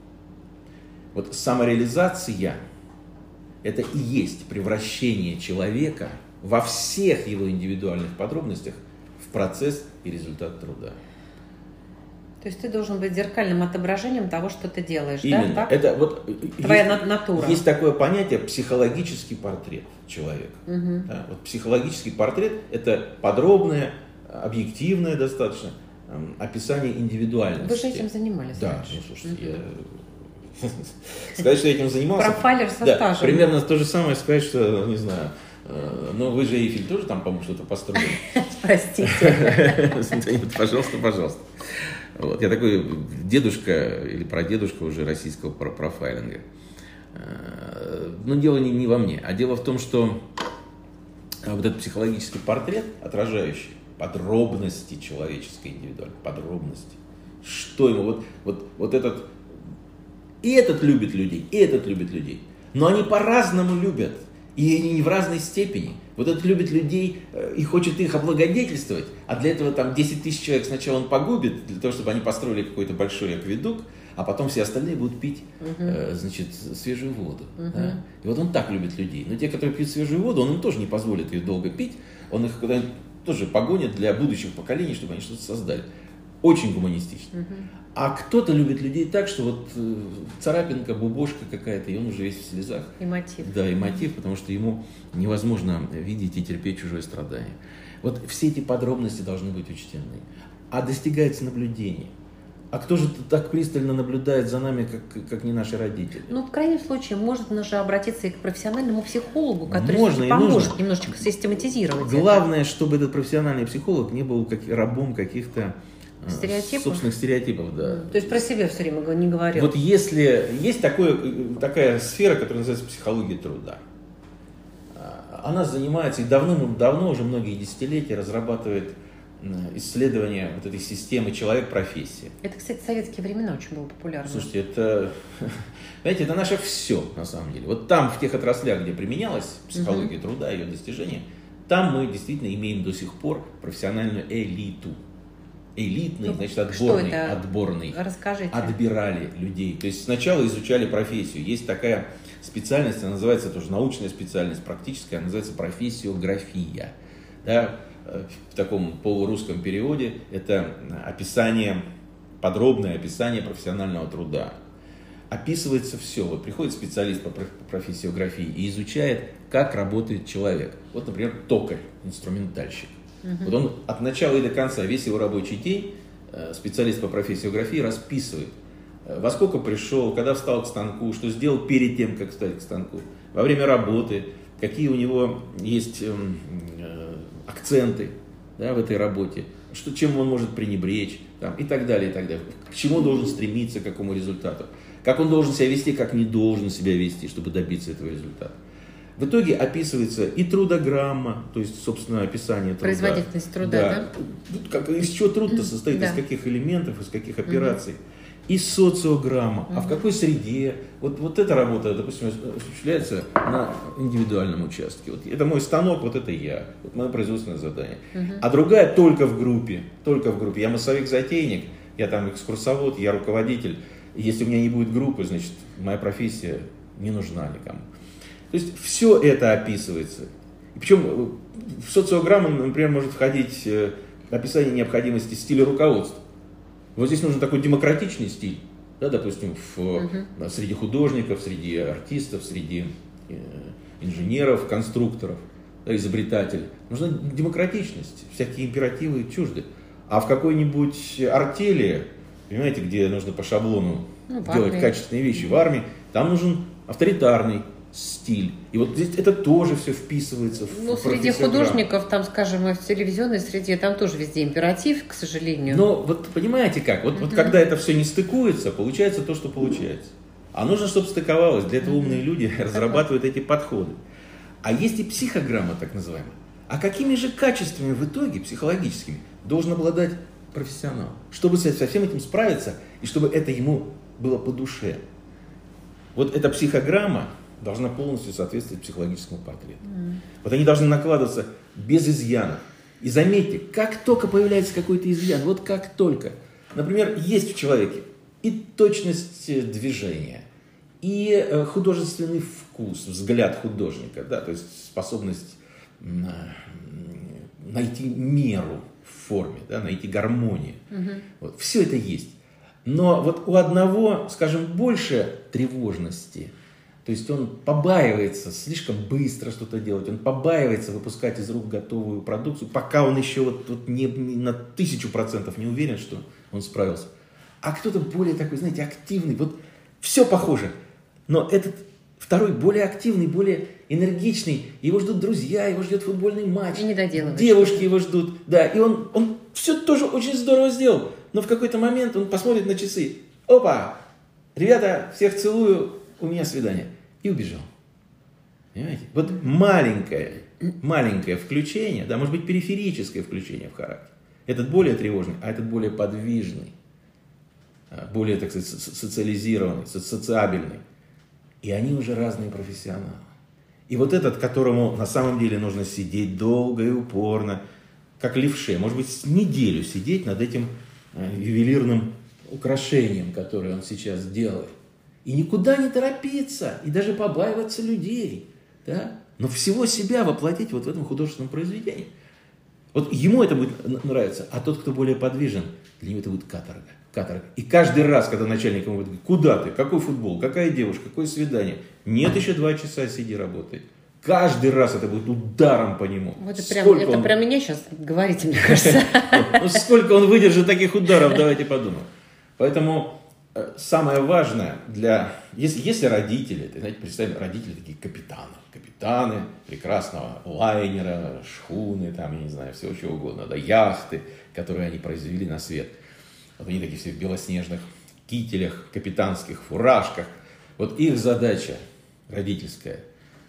Вот самореализация – это и есть превращение человека во всех его индивидуальных подробностях в процесс и результат труда. То есть ты должен быть зеркальным отображением того, что ты делаешь, именно. Да? Так? Это вот твоя натура. Есть такое понятие психологический портрет человека. Угу. Да? Вот психологический портрет – это подробное, объективное достаточно описание индивидуальности. Вы же этим занимались? Да, раньше. ну слушайте, сказать, что я этим занимался. Профайлер со стажем. Примерно то же самое сказать, что, не знаю, но вы же Эйфель тоже там, по-моему, что-то построили. Простите. Пожалуйста. Вот. Я такой дедушка или прадедушка уже российского профайлинга. Но дело не во мне, а дело в том, что вот этот психологический портрет, отражающий подробности человеческой индивидуальной, подробности, что ему, вот этот, и этот любит людей, и этот любит людей, но они по-разному любят, и они не в разной степени. Вот этот любит людей и хочет их облагодетельствовать, а для этого там 10 тысяч человек сначала он погубит, для того, чтобы они построили какой-то большой акведук, а потом все остальные будут пить, значит, свежую воду. Да? И вот он так любит людей. Но те, которые пьют свежую воду, он им тоже не позволит ее долго пить, он их куда-нибудь тоже погонит для будущих поколений, чтобы они что-то создали. Очень гуманистично. А кто-то любит людей так, что вот царапинка, бубошка какая-то, и он уже весь в слезах. И мотив. Да, и мотив, потому что ему невозможно видеть и терпеть чужое страдание. Вот все эти подробности должны быть учтены. А достигается наблюдение. А кто же так пристально наблюдает за нами, как не наши родители? Ну, в крайнем случае, можно же обратиться и к профессиональному психологу, который нужно. поможет немножечко систематизировать. Главное, чтобы этот профессиональный психолог не был рабом каких-то собственных стереотипов. Да. То есть про себя все время не говорил. Вот если есть такая сфера, которая называется психология труда. Она занимается и давно, уже многие десятилетия разрабатывает исследование вот этой системы человек-профессия. Это, кстати, в советские времена очень было популярно. Слушайте, это, знаете, это наше все, на самом деле. Вот там, в тех отраслях, где применялась психология труда, ее достижения, там мы действительно имеем до сих пор профессиональную элиту. Элитный, значит, отборный. Расскажите. Отбирали людей. То есть сначала изучали профессию. Есть такая специальность, она называется тоже научная специальность, практическая, она называется профессиография. Да? В таком полурусском переводе это подробное описание профессионального труда. Описывается все. Вот приходит специалист по профессиографии и изучает, как работает человек. Вот, например, токарь, инструментальщик. Вот он от начала и до конца, весь его рабочий день, специалист по профессиографии расписывает, во сколько пришел, когда встал к станку, что сделал перед тем, как встать к станку, во время работы, какие у него есть акценты, да, в этой работе, чем он может пренебречь, там, и так далее, и так далее. К чему он должен стремиться, к какому результату. Как он должен себя вести, как не должен себя вести, чтобы добиться этого результата. В итоге описывается и трудограмма, то есть, собственно, описание труда. Производительность труда, да? Из чего труд-то состоит, из каких элементов, из каких операций. И социограмма, а в какой среде. Вот эта работа, допустим, осуществляется на индивидуальном участке. Вот это мой станок, вот это я, вот мое производственное задание. А другая только в группе. Я массовик-затейник, я там экскурсовод, я руководитель. И если у меня не будет группы, значит, моя профессия не нужна никому. То есть все это описывается. И причем в социограмму, например, может входить описание необходимости стиля руководства. Вот здесь нужен такой демократичный стиль, да, допустим, среди художников, среди артистов, среди инженеров, конструкторов, да, изобретателей. Нужна демократичность, всякие императивы чужды. А в какой-нибудь артели, понимаете, где нужно по шаблону делать качественные вещи, в армии, там нужен авторитарный стиль. И вот здесь это тоже все вписывается в среди художников, там, скажем, и в телевизионной среде, там тоже везде императив, к сожалению. Но вот понимаете как, вот когда это все не стыкуется, получается то, что получается. А нужно, чтобы стыковалось. Для этого умные люди разрабатывают эти подходы. А есть и психограмма, так называемая. А какими же качествами в итоге, психологическими, должен обладать профессионал? Чтобы со всем этим справиться, и чтобы это ему было по душе. Вот эта психограмма должна полностью соответствовать психологическому портрету. Вот они должны накладываться без изъянов. И заметьте, как только появляется какой-то изъян, вот как только, например, есть в человеке и точность движения, и художественный вкус, взгляд художника, да, то есть способность найти меру в форме, да, найти гармонию. Вот, все это есть. Но вот у одного, скажем, больше тревожности. То есть он побаивается слишком быстро что-то делать, он побаивается выпускать из рук готовую продукцию, пока он еще вот не на 1000% не уверен, что он справился. А кто-то более такой, знаете, активный, вот все похоже. Но этот второй более активный, более энергичный, его ждут друзья, его ждет футбольный матч. И не доделывает. Девушки его ждут, да, и он все тоже очень здорово сделал. Но в какой-то момент он посмотрит на часы. Опа, ребята, всех целую, у меня свидание. И убежал. Понимаете? Вот маленькое включение, да, может быть, периферическое включение в характер. Этот более тревожный, а этот более подвижный, более, так сказать, социализированный, социабельный. И они уже разные профессионалы. И вот этот, которому на самом деле нужно сидеть долго и упорно, как левше, может быть, неделю сидеть над этим ювелирным украшением, которое он сейчас делает. И никуда не торопиться, и даже побаиваться людей, да? Но всего себя воплотить вот в этом художественном произведении. Вот ему это будет нравиться, а тот, кто более подвижен, для него это будет каторга. И каждый раз, когда начальник ему говорит, куда ты, какой футбол, какая девушка, какое свидание, нет, еще 2 часа сиди, работай. Каждый раз это будет ударом по нему. Вот это про меня сейчас говорите, мне кажется. Сколько он выдержит таких ударов, давайте подумаем. Поэтому самое важное если родители, знаете, представим, родители такие капитаны прекрасного лайнера, шхуны, там, я не знаю, всего чего угодно, да, яхты, которые они произвели на свет. Вот они такие все в белоснежных кителях, капитанских фуражках. Вот их задача родительская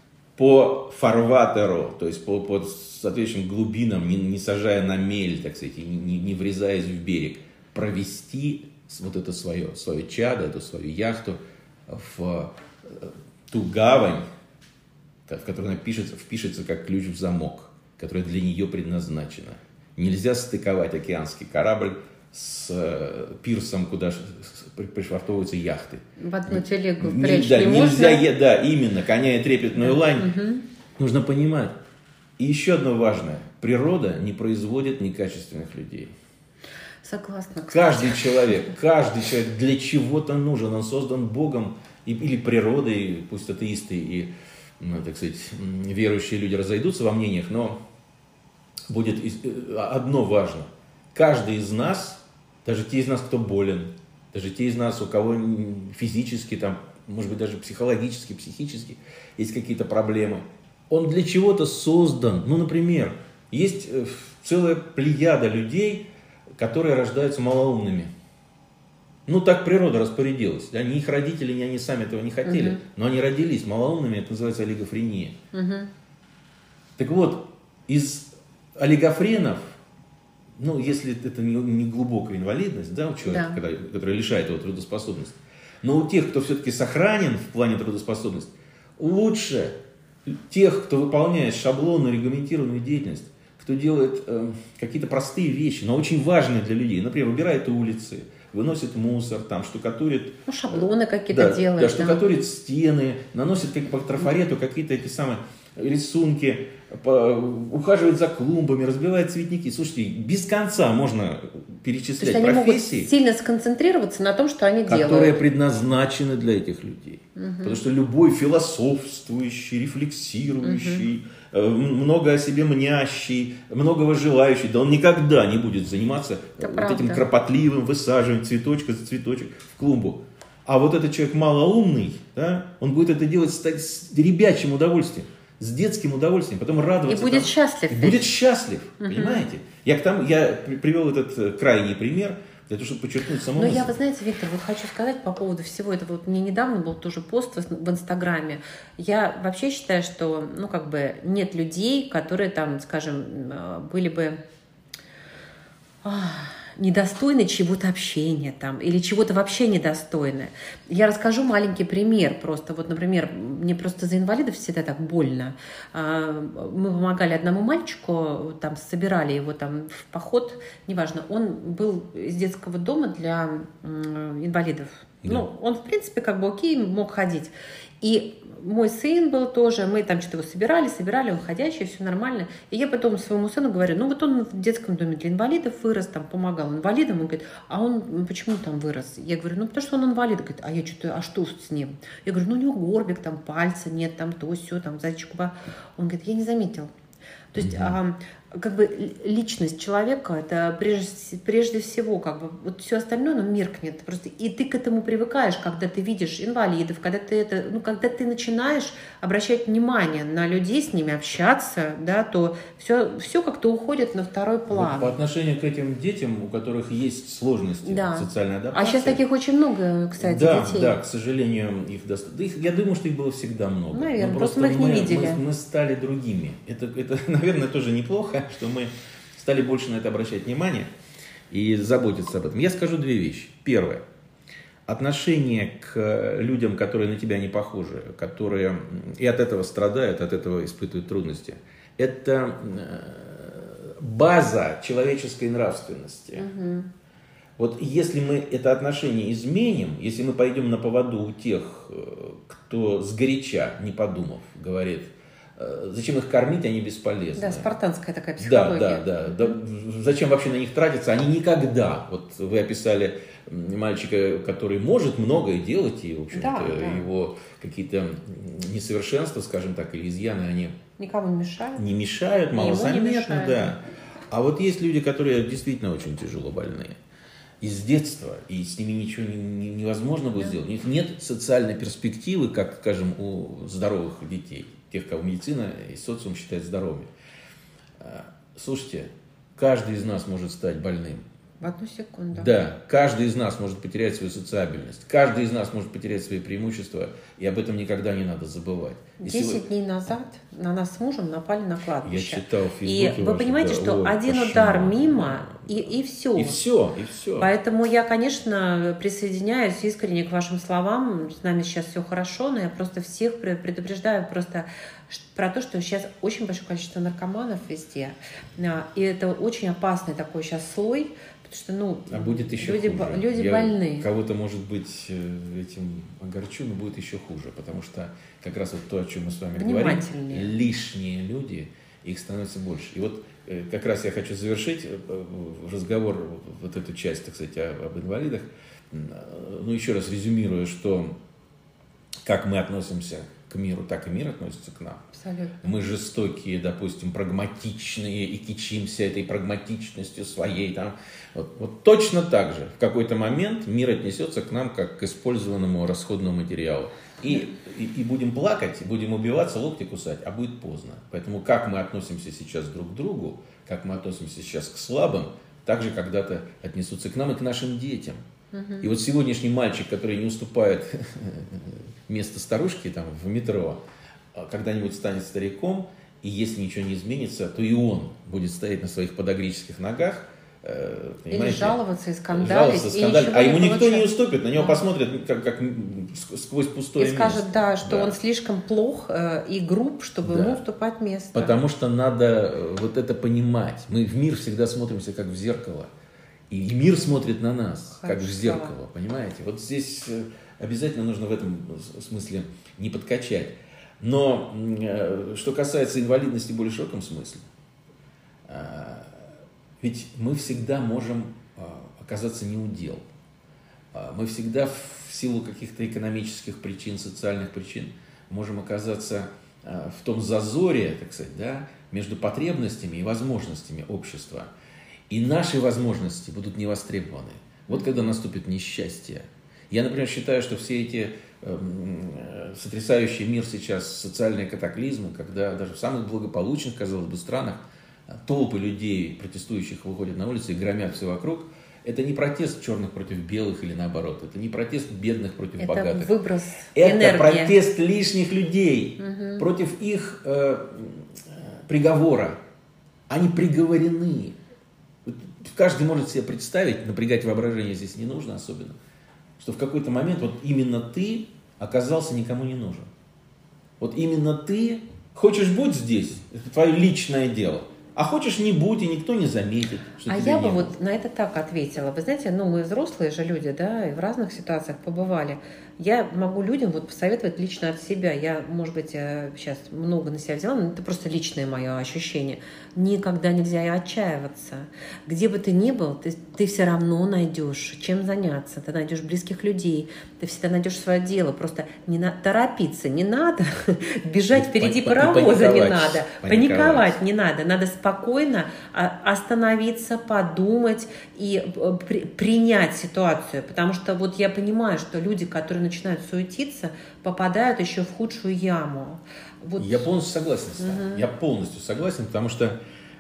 по фарватеру, то есть по соответствующим глубинам, не сажая на мель, так сказать, не врезаясь в берег, провести вот это свое чадо, эту свою яхту в ту гавань, в которой она впишется как ключ в замок, которая для нее предназначена. Нельзя стыковать океанский корабль с пирсом, куда пришвартовываются яхты. В одну телегу впрячь не можно? Нельзя, да, именно, коня и трепетную лань. Нужно понимать. И еще одно важное. Природа не производит некачественных людей. Согласна. Каждый человек для чего-то нужен. Он создан Богом или природой, пусть атеисты и, так сказать, верующие люди разойдутся во мнениях, но будет одно важно. Каждый из нас, даже те из нас, кто болен, даже те из нас, у кого физически, там, может быть, даже психологически, психически есть какие-то проблемы, он для чего-то создан. Ну, например, есть целая плеяда людей, которые рождаются малоумными. Ну, так природа распорядилась. Да? Ни их родители, ни они сами этого не хотели. Но они родились малоумными, это называется олигофрения. Так вот, из олигофренов, ну, если это не глубокая инвалидность, да, у человека, который лишает его трудоспособности, но у тех, кто все-таки сохранен в плане трудоспособности, лучше тех, кто выполняет шаблонную, регламентированную деятельность, кто делает какие-то простые вещи, но очень важные для людей. Например, убирает улицы, выносит мусор, там штукатурит. Ну, шаблоны какие-то делает. Да, штукатурит стены, наносит как по трафарету какие-то эти самые рисунки, ухаживает за клумбами, разбивает цветники. Слушайте, без конца можно перечислять профессии. Они могут сильно сконцентрироваться на том, что они делают. Которые предназначены для этих людей. Потому что любой философствующий, рефлексирующий, много о себе мнящий, многого желающий, да он никогда не будет заниматься этим кропотливым высаживанием цветочка за цветочек в клумбу. А вот этот человек малоумный, да, он будет это делать с ребячим удовольствием, с детским удовольствием, потом радоваться. И будет счастлив. Будет счастлив, понимаете? Я привел этот крайний пример, для того, чтобы подчеркнуть саму мысль. Но вы знаете, Виктор, хочу сказать по поводу всего этого. Мне недавно был тоже пост в Инстаграме. Я вообще считаю, что, нет людей, которые там, скажем, были бы недостойны чего-то общения там, или чего-то вообще недостойны. Я расскажу маленький пример просто. Вот, например, мне просто за инвалидов всегда так больно. Мы помогали одному мальчику, там, собирали его там в поход, неважно, он был из детского дома для инвалидов. Да. Ну, он, в принципе, окей, мог ходить. И мой сын был тоже, мы там что-то его собирали, он ходячий, все нормально. И я потом своему сыну говорю, он в детском доме для инвалидов вырос, там помогал инвалидам. Он говорит, а он почему там вырос? Я говорю, потому что он инвалид. Говорит, а что с ним? Я говорю, у него горбик, там пальца нет, там то, сё, там зайчик. Он говорит, я не заметил. То есть, личность человека, это прежде всего, вот все остальное, оно меркнет. Просто, и ты к этому привыкаешь, когда ты видишь инвалидов, когда ты начинаешь обращать внимание на людей, с ними общаться, да, то все как-то уходит на второй план. Вот по отношению к этим детям, у которых есть сложности социальной адаптации. А сейчас таких очень много, кстати, детей. Да, к сожалению, я думаю, что их было всегда много. Наверное, просто мы их не видели. Мы стали другими. Это, наверное, тоже неплохо, что мы стали больше на это обращать внимание и заботиться об этом. Я скажу две вещи. Первое. Отношение к людям, которые на тебя не похожи, которые и от этого страдают, от этого испытывают трудности. Это база человеческой нравственности. Угу. Вот если мы это отношение изменим, если мы пойдем на поводу у тех, кто сгоряча, не подумав, говорит, зачем их кормить, они бесполезны. Да, спартанская такая психология. Да. Зачем вообще на них тратиться? Они никогда. Вот вы описали мальчика, который может многое делать, и, в общем-то, его какие-то несовершенства, скажем так, или изъяны, они никому не мешают. Не мешают, малозаметны, да. А вот есть люди, которые действительно очень тяжело больные. Из детства, и с ними ничего невозможно будет сделать. У них нет социальной перспективы, как, скажем, у здоровых детей, тех, кого медицина и социум считают здоровыми. Слушайте, каждый из нас может стать больным. В одну секунду. Да, каждый из нас может потерять свою социабельность, каждый из нас может потерять свои преимущества, и об этом никогда не надо забывать. 10 дней назад на нас с мужем напали на кладбище. Я читал в Фейсбуке. И вы понимаете, что один удар мимо, и все. И все. Поэтому я, конечно, присоединяюсь искренне к вашим словам. С нами сейчас все хорошо, но я просто всех предупреждаю просто про то, что сейчас очень большое количество наркоманов везде. И это очень опасный такой сейчас слой. Потому что, будет еще люди больны. Кого-то, может быть, этим огорчу, но будет еще хуже, потому что как раз вот то, о чем мы с вами говорим, лишние люди, их становится больше. И вот как раз я хочу завершить разговор, вот эту часть, так сказать, об инвалидах, еще раз резюмируя, что как мы относимся к миру, так и мир относится к нам. Абсолютно. Мы жестокие, допустим, прагматичные и кичимся этой прагматичностью своей. Вот точно так же в какой-то момент мир отнесется к нам как к использованному расходному материалу. И будем плакать, будем убиваться, локти кусать, а будет поздно. Поэтому как мы относимся сейчас друг к другу, как мы относимся сейчас к слабым, так же когда-то отнесутся к нам и к нашим детям. И вот сегодняшний мальчик, который не уступает место старушки там, в метро, когда-нибудь станет стариком, и если ничего не изменится, то и он будет стоять на своих подагрических ногах, или жаловаться и скандалить. А ему никто не уступит, на него посмотрят как сквозь пустое место. И скажет, что он слишком плох и груб, чтобы ему уступать место. Потому что надо вот это понимать. Мы в мир всегда смотримся как в зеркало. И мир смотрит на нас, Хорошо. как в зеркало, понимаете? Вот здесь обязательно нужно в этом смысле не подкачать. Но что касается инвалидности в более широком смысле, ведь мы всегда можем оказаться неудел. Мы всегда в силу каких-то экономических причин, социальных причин можем оказаться в том зазоре, так сказать, да, между потребностями и возможностями общества. И наши возможности будут не востребованы. Вот когда наступит несчастье. Я, например, считаю, что все эти сотрясающие мир сейчас социальные катаклизмы, когда даже в самых благополучных, казалось бы, странах толпы людей, протестующих, выходят на улицы и громят все вокруг, это не протест черных против белых или наоборот. Это не протест бедных против богатых. Это выброс энергии. Это энергии. протест лишних людей против их приговора. Они приговорены. Каждый может себе представить, напрягать воображение здесь не нужно особенно, что в какой-то момент вот именно ты оказался никому не нужен. Вот именно ты хочешь будь здесь, это твое личное дело. А хочешь не будь, и никто не заметит, что А тебя я не бы было. вот на это так ответила. Вы знаете, мы взрослые же люди, да, и в разных ситуациях побывали. Я могу людям вот посоветовать лично от себя. Я, может быть, сейчас много на себя взяла, но это просто личное мое ощущение. Никогда нельзя и отчаиваться. Где бы ты ни был, ты все равно найдешь, чем заняться. Ты найдешь близких людей, ты всегда найдешь свое дело. Просто не надо торопиться, не надо бежать впереди паровоза, не надо. Паниковать не надо. Надо спокойно остановиться, подумать и принять ситуацию. Потому что вот я понимаю, что люди, которые начинают суетиться, попадают еще в худшую яму. Вот. Я полностью согласен с вами. Я полностью согласен, потому что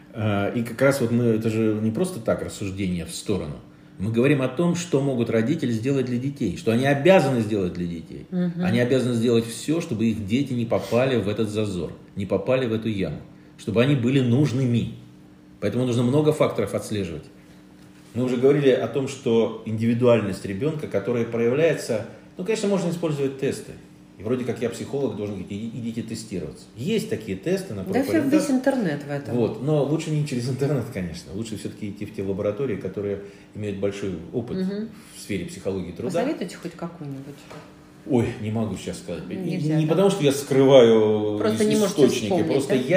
и как раз вот мы, это же не просто так рассуждение в сторону. Мы говорим о том, что могут родители сделать для детей, что они обязаны сделать для детей. Они обязаны сделать все, чтобы их дети не попали в этот зазор, не попали в эту яму, чтобы они были нужными. Поэтому нужно много факторов отслеживать. Мы уже говорили о том, что индивидуальность ребенка, которая проявляется, конечно, можно использовать тесты. И вроде как я психолог должен говорить, идите тестироваться. Есть такие тесты на профориентацию. Да, весь интернет в этом. Вот, но лучше не через интернет, конечно. Лучше все-таки идти в те лаборатории, которые имеют большой опыт в сфере психологии труда. Посоветуйте хоть какую-нибудь. Ой, не могу сейчас сказать. Нельзя, не да? потому, что я скрываю Просто не можете источники. вспомнить, Просто да?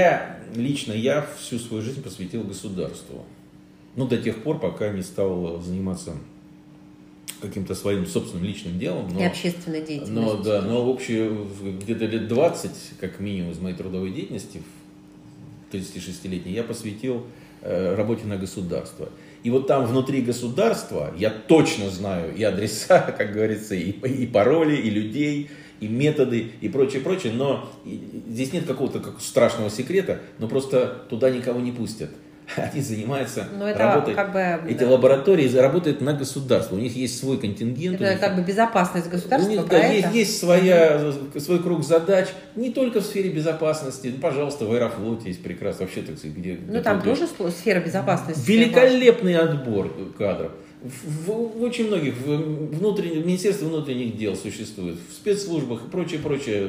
я всю свою жизнь посвятил государству. До тех пор, пока не стал заниматься каким-то своим собственным личным делом. И общественной деятельностью. Но общее где-то лет 20, как минимум, из моей трудовой деятельности, 36-летней, я посвятил работе на государство. И вот там внутри государства я точно знаю и адреса, как говорится, и пароли, и людей, и методы, и прочее, но здесь нет какого-то страшного секрета, но просто туда никого не пустят. Они занимаются работой. Эти лаборатории работают на государство. У них есть свой контингент. Это как бы безопасность государства. У них есть свой круг задач. Не только в сфере безопасности. Пожалуйста, в Аэрофлоте есть прекрасно. Вообще, так сказать, где там тоже сфера безопасности. Великолепный отбор кадров. В очень многих, в Министерстве внутренних дел существует, в спецслужбах и прочее,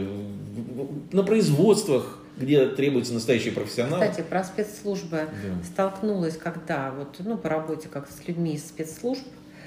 на производствах, где требуется настоящий профессионал. Кстати, про спецслужбы столкнулась, когда по работе как с людьми из спецслужб,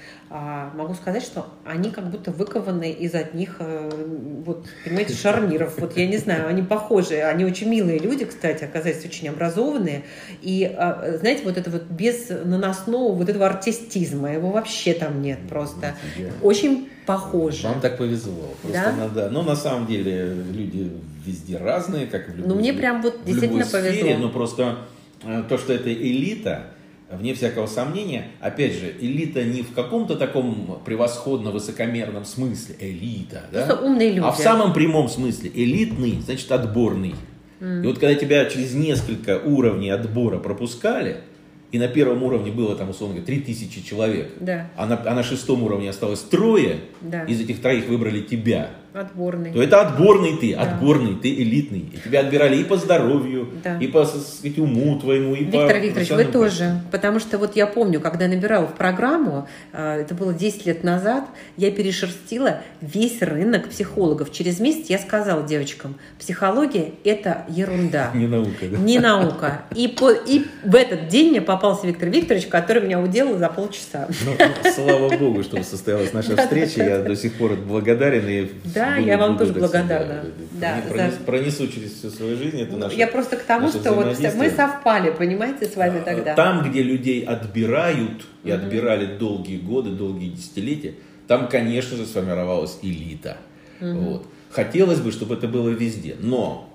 могу сказать, что они как будто выкованы из одних, понимаете, шарниров. Я не знаю, они похожи, они очень милые люди, кстати, оказались очень образованные. И, знаете, без наносного этого артистизма, его вообще там нет просто. Очень похоже. Вам так повезло. Да? Но на самом деле люди везде разные, как и в любой мне прям действительно сфере, повезло. Но просто то, что это элита, вне всякого сомнения, опять же, элита не в каком-то таком превосходно высокомерном смысле, элита, просто умные люди. А в самом прямом смысле элитный, значит отборный. И вот когда тебя через несколько уровней отбора пропускали, и на первом уровне было, условно говоря, 3000 человек, да. а на 6-м уровне осталось 3, из этих 3 выбрали тебя, Отборный. То это отборный ты, элитный. И тебя отбирали и по здоровью, и по, так сказать, уму твоему, и Виктор по... Викторович, вы тоже. Потому что вот я помню, когда я набирала в программу, это было 10 лет назад, я перешерстила весь рынок психологов. Через месяц я сказала девочкам, психология – это ерунда. Не наука, да? Не наука. И в этот день мне попался Виктор Викторович, который меня уделал за полчаса. Ну, слава богу, что состоялась наша встреча. Я до сих пор благодарен. И да, я вам тоже благодарна. Пронесу через всю свою жизнь. Это наше, я просто к тому, что вот мы совпали, понимаете, с вами тогда. Там, где людей отбирают, и отбирали долгие годы, долгие десятилетия, там, конечно же, сформировалась элита. Вот. Хотелось бы, чтобы это было везде. Но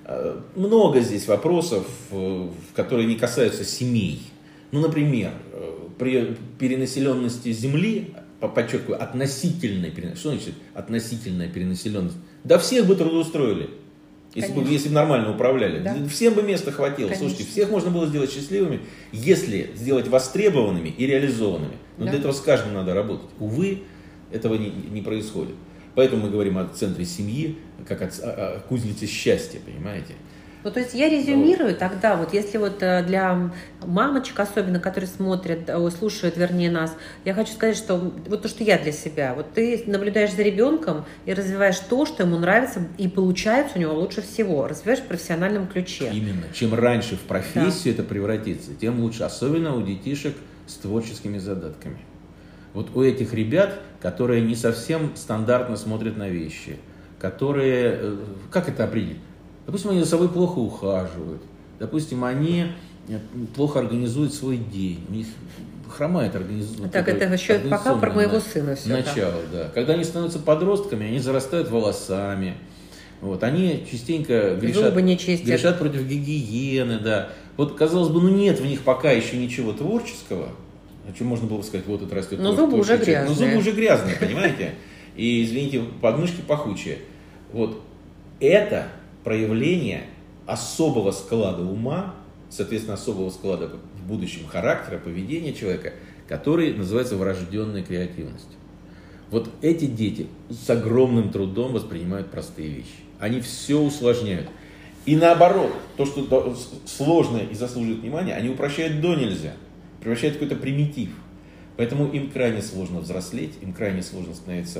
много здесь вопросов, которые не касаются семей. Ну, например, при перенаселенности Земли, подчеркиваю, относительной перенаселенности. Что значит относительная перенаселенность? Да всех бы трудоустроили, если бы нормально управляли. Да. Всем бы места хватило. Конечно. Слушайте, всех можно было сделать счастливыми, если сделать востребованными и реализованными. Но для этого с каждым надо работать. Увы, этого не происходит. Поэтому мы говорим о центре семьи, как о кузнице счастья, понимаете? Ну, то есть я резюмирую тогда, вот если вот для мамочек особенно, которые смотрят, слушают, вернее, нас, я хочу сказать, что вот то, что я для себя, вот ты наблюдаешь за ребенком и развиваешь то, что ему нравится и получается у него лучше всего, развиваешь в профессиональном ключе. Именно. Чем раньше в профессию это превратится, тем лучше, особенно у детишек с творческими задатками. Вот у этих ребят, которые не совсем стандартно смотрят на вещи, которые, как это определить? Допустим, они за собой плохо ухаживают. Допустим, они плохо организуют свой день. У них хромает организация. Так, это еще пока про моего сына все. Начало, да. Когда они становятся подростками, они зарастают волосами. Вот. Они частенько грешат против гигиены. Да. Вот, казалось бы, нет в них пока еще ничего творческого. О чем можно было сказать, вот это растет. Но зубы уже грязные. Но зубы уже грязные, понимаете? И, извините, подмышки пахучие. Вот это проявление особого склада ума, соответственно, особого склада в будущем характера, поведения человека, который называется врожденной креативностью. Вот эти дети с огромным трудом воспринимают простые вещи. Они все усложняют. И наоборот, то, что сложное и заслуживает внимания, они упрощают до нельзя, превращают в какой-то примитив. Поэтому им крайне сложно взрослеть, им крайне сложно становиться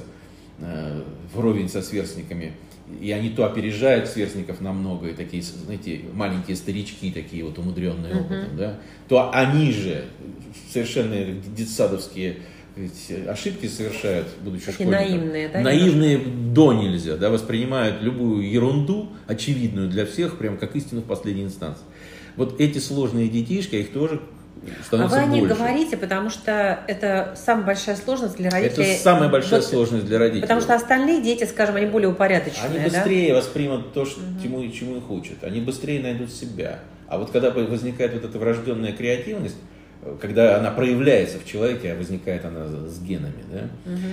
вровень со сверстниками. И они то опережают сверстников намного, и такие, знаете, маленькие старички, такие вот умудренные опытом, да, то они же совершенно детсадовские ошибки совершают, будучи школьниками. Наивные, да? Наивные до нельзя, да, воспринимают любую ерунду, очевидную для всех, прям как истину в последней инстанции. Вот эти сложные детишки, их тоже становится больше. А вы о них говорите, потому что это самая большая сложность для родителей. Это самая большая сложность для родителей. Потому что остальные дети, скажем, они более упорядоченные. Они быстрее воспримут то, чему их учат. Они быстрее найдут себя. А вот когда возникает вот эта врожденная креативность, когда она проявляется в человеке, а возникает она с генами, да,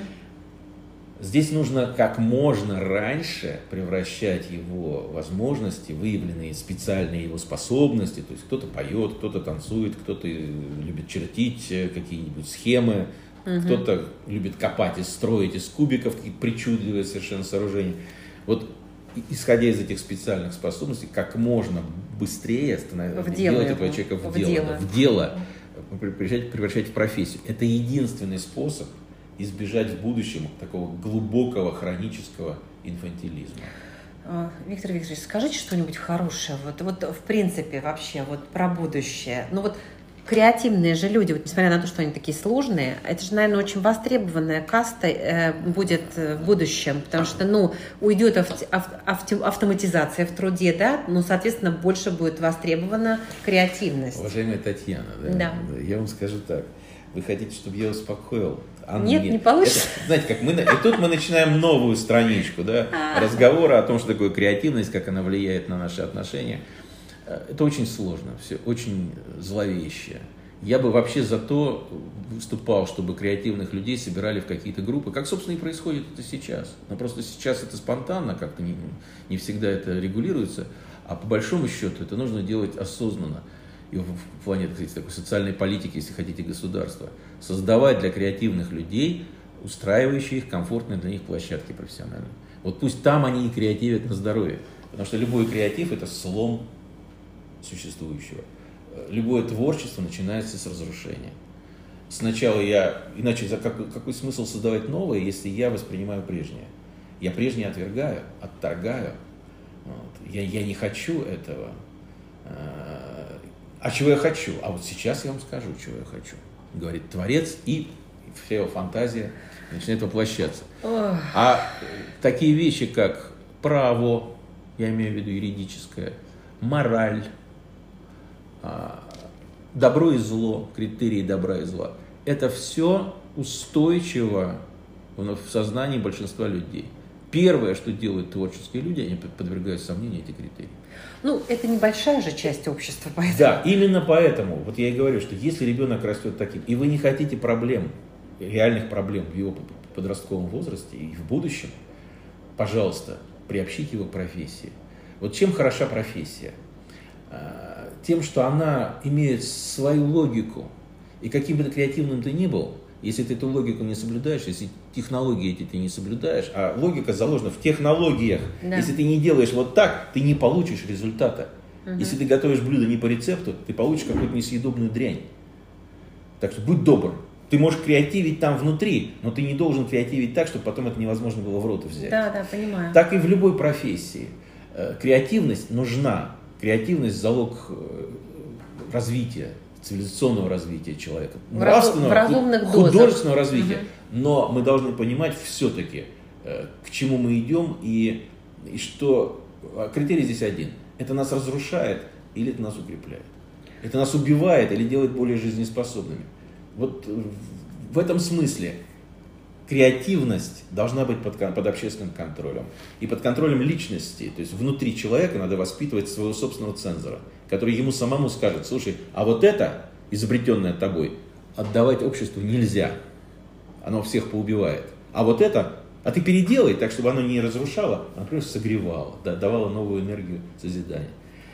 здесь нужно как можно раньше превращать его возможности, выявленные специальные его способности. То есть кто-то поет, кто-то танцует, кто-то любит чертить какие-нибудь схемы, кто-то любит копать и строить из кубиков какие-то причудливые совершенно сооружения. Вот исходя из этих специальных способностей, как можно быстрее делать этого человека в дело, превращать в профессию. Это единственный способ избежать в будущем такого глубокого хронического инфантилизма. Виктор Викторович, скажите что-нибудь хорошее, вот в принципе вообще вот про будущее. Ну вот креативные же люди, вот несмотря на то, что они такие сложные, это же, наверное, очень востребованная каста будет в будущем, потому что, уйдет автоматизация в труде, да, соответственно, больше будет востребована креативность. Уважаемая Татьяна, да. Я вам скажу так. Вы хотите, чтобы я успокоил? Нет, не получится. Знаете, как и тут мы начинаем новую страничку, да, разговора о том, что такое креативность, как она влияет на наши отношения. Это очень сложно, все очень зловеще. Я бы вообще за то выступал, чтобы креативных людей собирали в какие-то группы, как, собственно, и происходит это сейчас. Но просто сейчас это спонтанно, как-то не всегда это регулируется, а по большому счету это нужно делать осознанно. И в плане, так сказать, такой социальной политики, если хотите, государства, создавать для креативных людей устраивающие их комфортные для них площадки профессиональные. Вот пусть там они и креативят на здоровье. Потому что любой креатив – это слом существующего. Любое творчество начинается с разрушения. Сначала иначе какой смысл создавать новое, если я воспринимаю прежнее? Я прежнее отвергаю, отторгаю. Вот. Я не хочу этого. А чего я хочу? А вот сейчас я вам скажу, чего я хочу. Говорит Творец, и вся его фантазия начинает воплощаться. А такие вещи, как право, я имею в виду юридическое, мораль, добро и зло, критерии добра и зла, это все устойчиво в сознании большинства людей. Первое, что делают творческие люди, они подвергают сомнению эти критерии. Ну, это небольшая же часть общества, поэтому... Да, именно поэтому, вот я и говорю, что если ребенок растет таким, и вы не хотите проблем, реальных проблем в его подростковом возрасте и в будущем, пожалуйста, приобщите его к профессии. Вот чем хороша профессия? Тем, что она имеет свою логику, и каким бы ты креативным ты ни был, если ты эту логику не соблюдаешь, если технологии эти ты не соблюдаешь, а логика заложена в технологиях. Да. Если ты не делаешь вот так, ты не получишь результата. Если ты готовишь блюдо не по рецепту, ты получишь какую-то несъедобную дрянь. Так что будь добр. Ты можешь креативить там внутри, но ты не должен креативить так, чтобы потом это невозможно было в рот взять. Да, понимаю. Так и в любой профессии. Креативность нужна. Креативность – залог развития, цивилизационного развития человека, нравственного, художественного развития. Но мы должны понимать все-таки, к чему мы идем и что критерий здесь один. Это нас разрушает или это нас укрепляет? Это нас убивает или делает более жизнеспособными? Вот в этом смысле креативность должна быть под общественным контролем и под контролем личности. То есть внутри человека надо воспитывать своего собственного цензора, который ему самому скажет: слушай, а вот это, изобретенное тобой, отдавать обществу нельзя. Оно всех поубивает. А вот это, а ты переделай так, чтобы оно не разрушало, а, например, согревало, давало новую энергию созидания.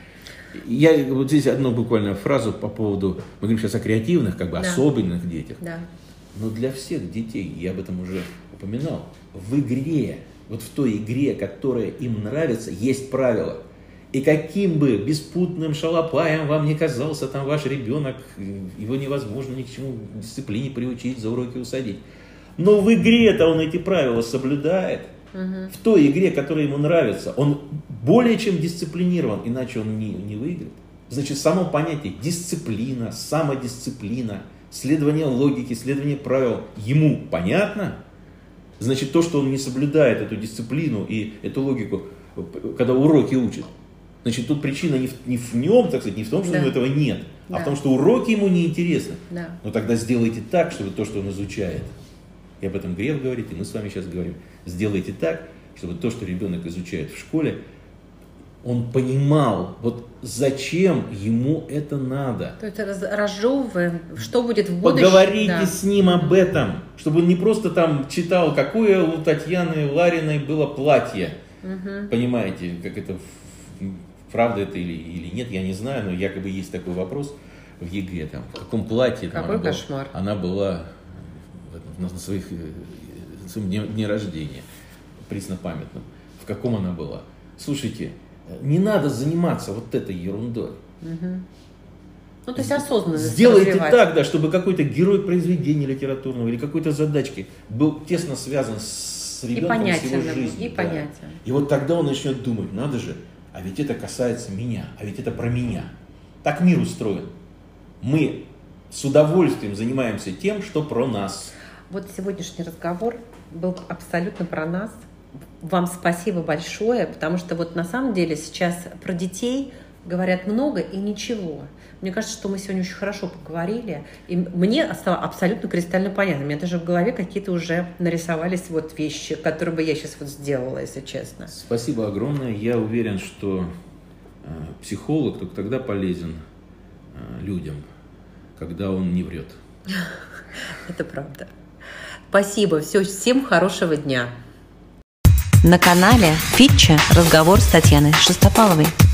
Я вот здесь одну буквально фразу по поводу, мы говорим сейчас о креативных, как бы особенных детях. Да. Но для всех детей, я об этом уже упоминал, в игре, вот в той игре, которая им нравится, есть правила. И каким бы беспутным шалопаем вам не казался там ваш ребенок, его невозможно ни к чему дисциплине приучить, за уроки усадить. Но в игре-то он эти правила соблюдает. В той игре, которая ему нравится, он более чем дисциплинирован, иначе он не выиграет. Значит, само понятие дисциплина, самодисциплина, следование логике, следование правил ему понятно. Значит, то, что он не соблюдает эту дисциплину и эту логику, когда уроки учит, значит, тут причина не в нем, так сказать, не в том, что ему этого нет, а в том, что уроки ему неинтересны. Но тогда сделайте так, чтобы то, что он изучает, и об этом Греф говорит, и мы с вами сейчас говорим, сделайте так, чтобы то, что ребенок изучает в школе, он понимал, вот зачем ему это надо. То есть разжевываем, что будет в будущем. Поговорите с ним об этом, чтобы он не просто там читал, какое у Татьяны Лариной было платье. Понимаете, как это, правда это или нет, я не знаю, но якобы есть такой вопрос в ЕГЭ, там, в каком платье там, она была на своем дне рождения, преснопамятном. В каком она была? Слушайте, не надо заниматься вот этой ерундой. Ну, то есть осознанно. Сделайте так, да, чтобы какой-то герой произведения литературного или какой-то задачки был тесно связан с ребенком, с его жизнью. И понятен. И вот тогда он начнет думать, надо же, а ведь это касается меня, а ведь это про меня. Так мир устроен. Мы с удовольствием занимаемся тем, что про нас. Вот сегодняшний разговор был абсолютно про нас. Вам спасибо большое, потому что вот на самом деле сейчас про детей говорят много и ничего. Мне кажется, что мы сегодня очень хорошо поговорили, и мне стало абсолютно кристально понятно. У меня даже в голове какие-то уже нарисовались вот вещи, которые бы я сейчас вот сделала, если честно. Спасибо огромное. Я уверен, что психолог только тогда полезен людям, когда он не врет. Это правда. Спасибо. Всем хорошего дня. На канале Фитча разговор с Татьяной Шестопаловой.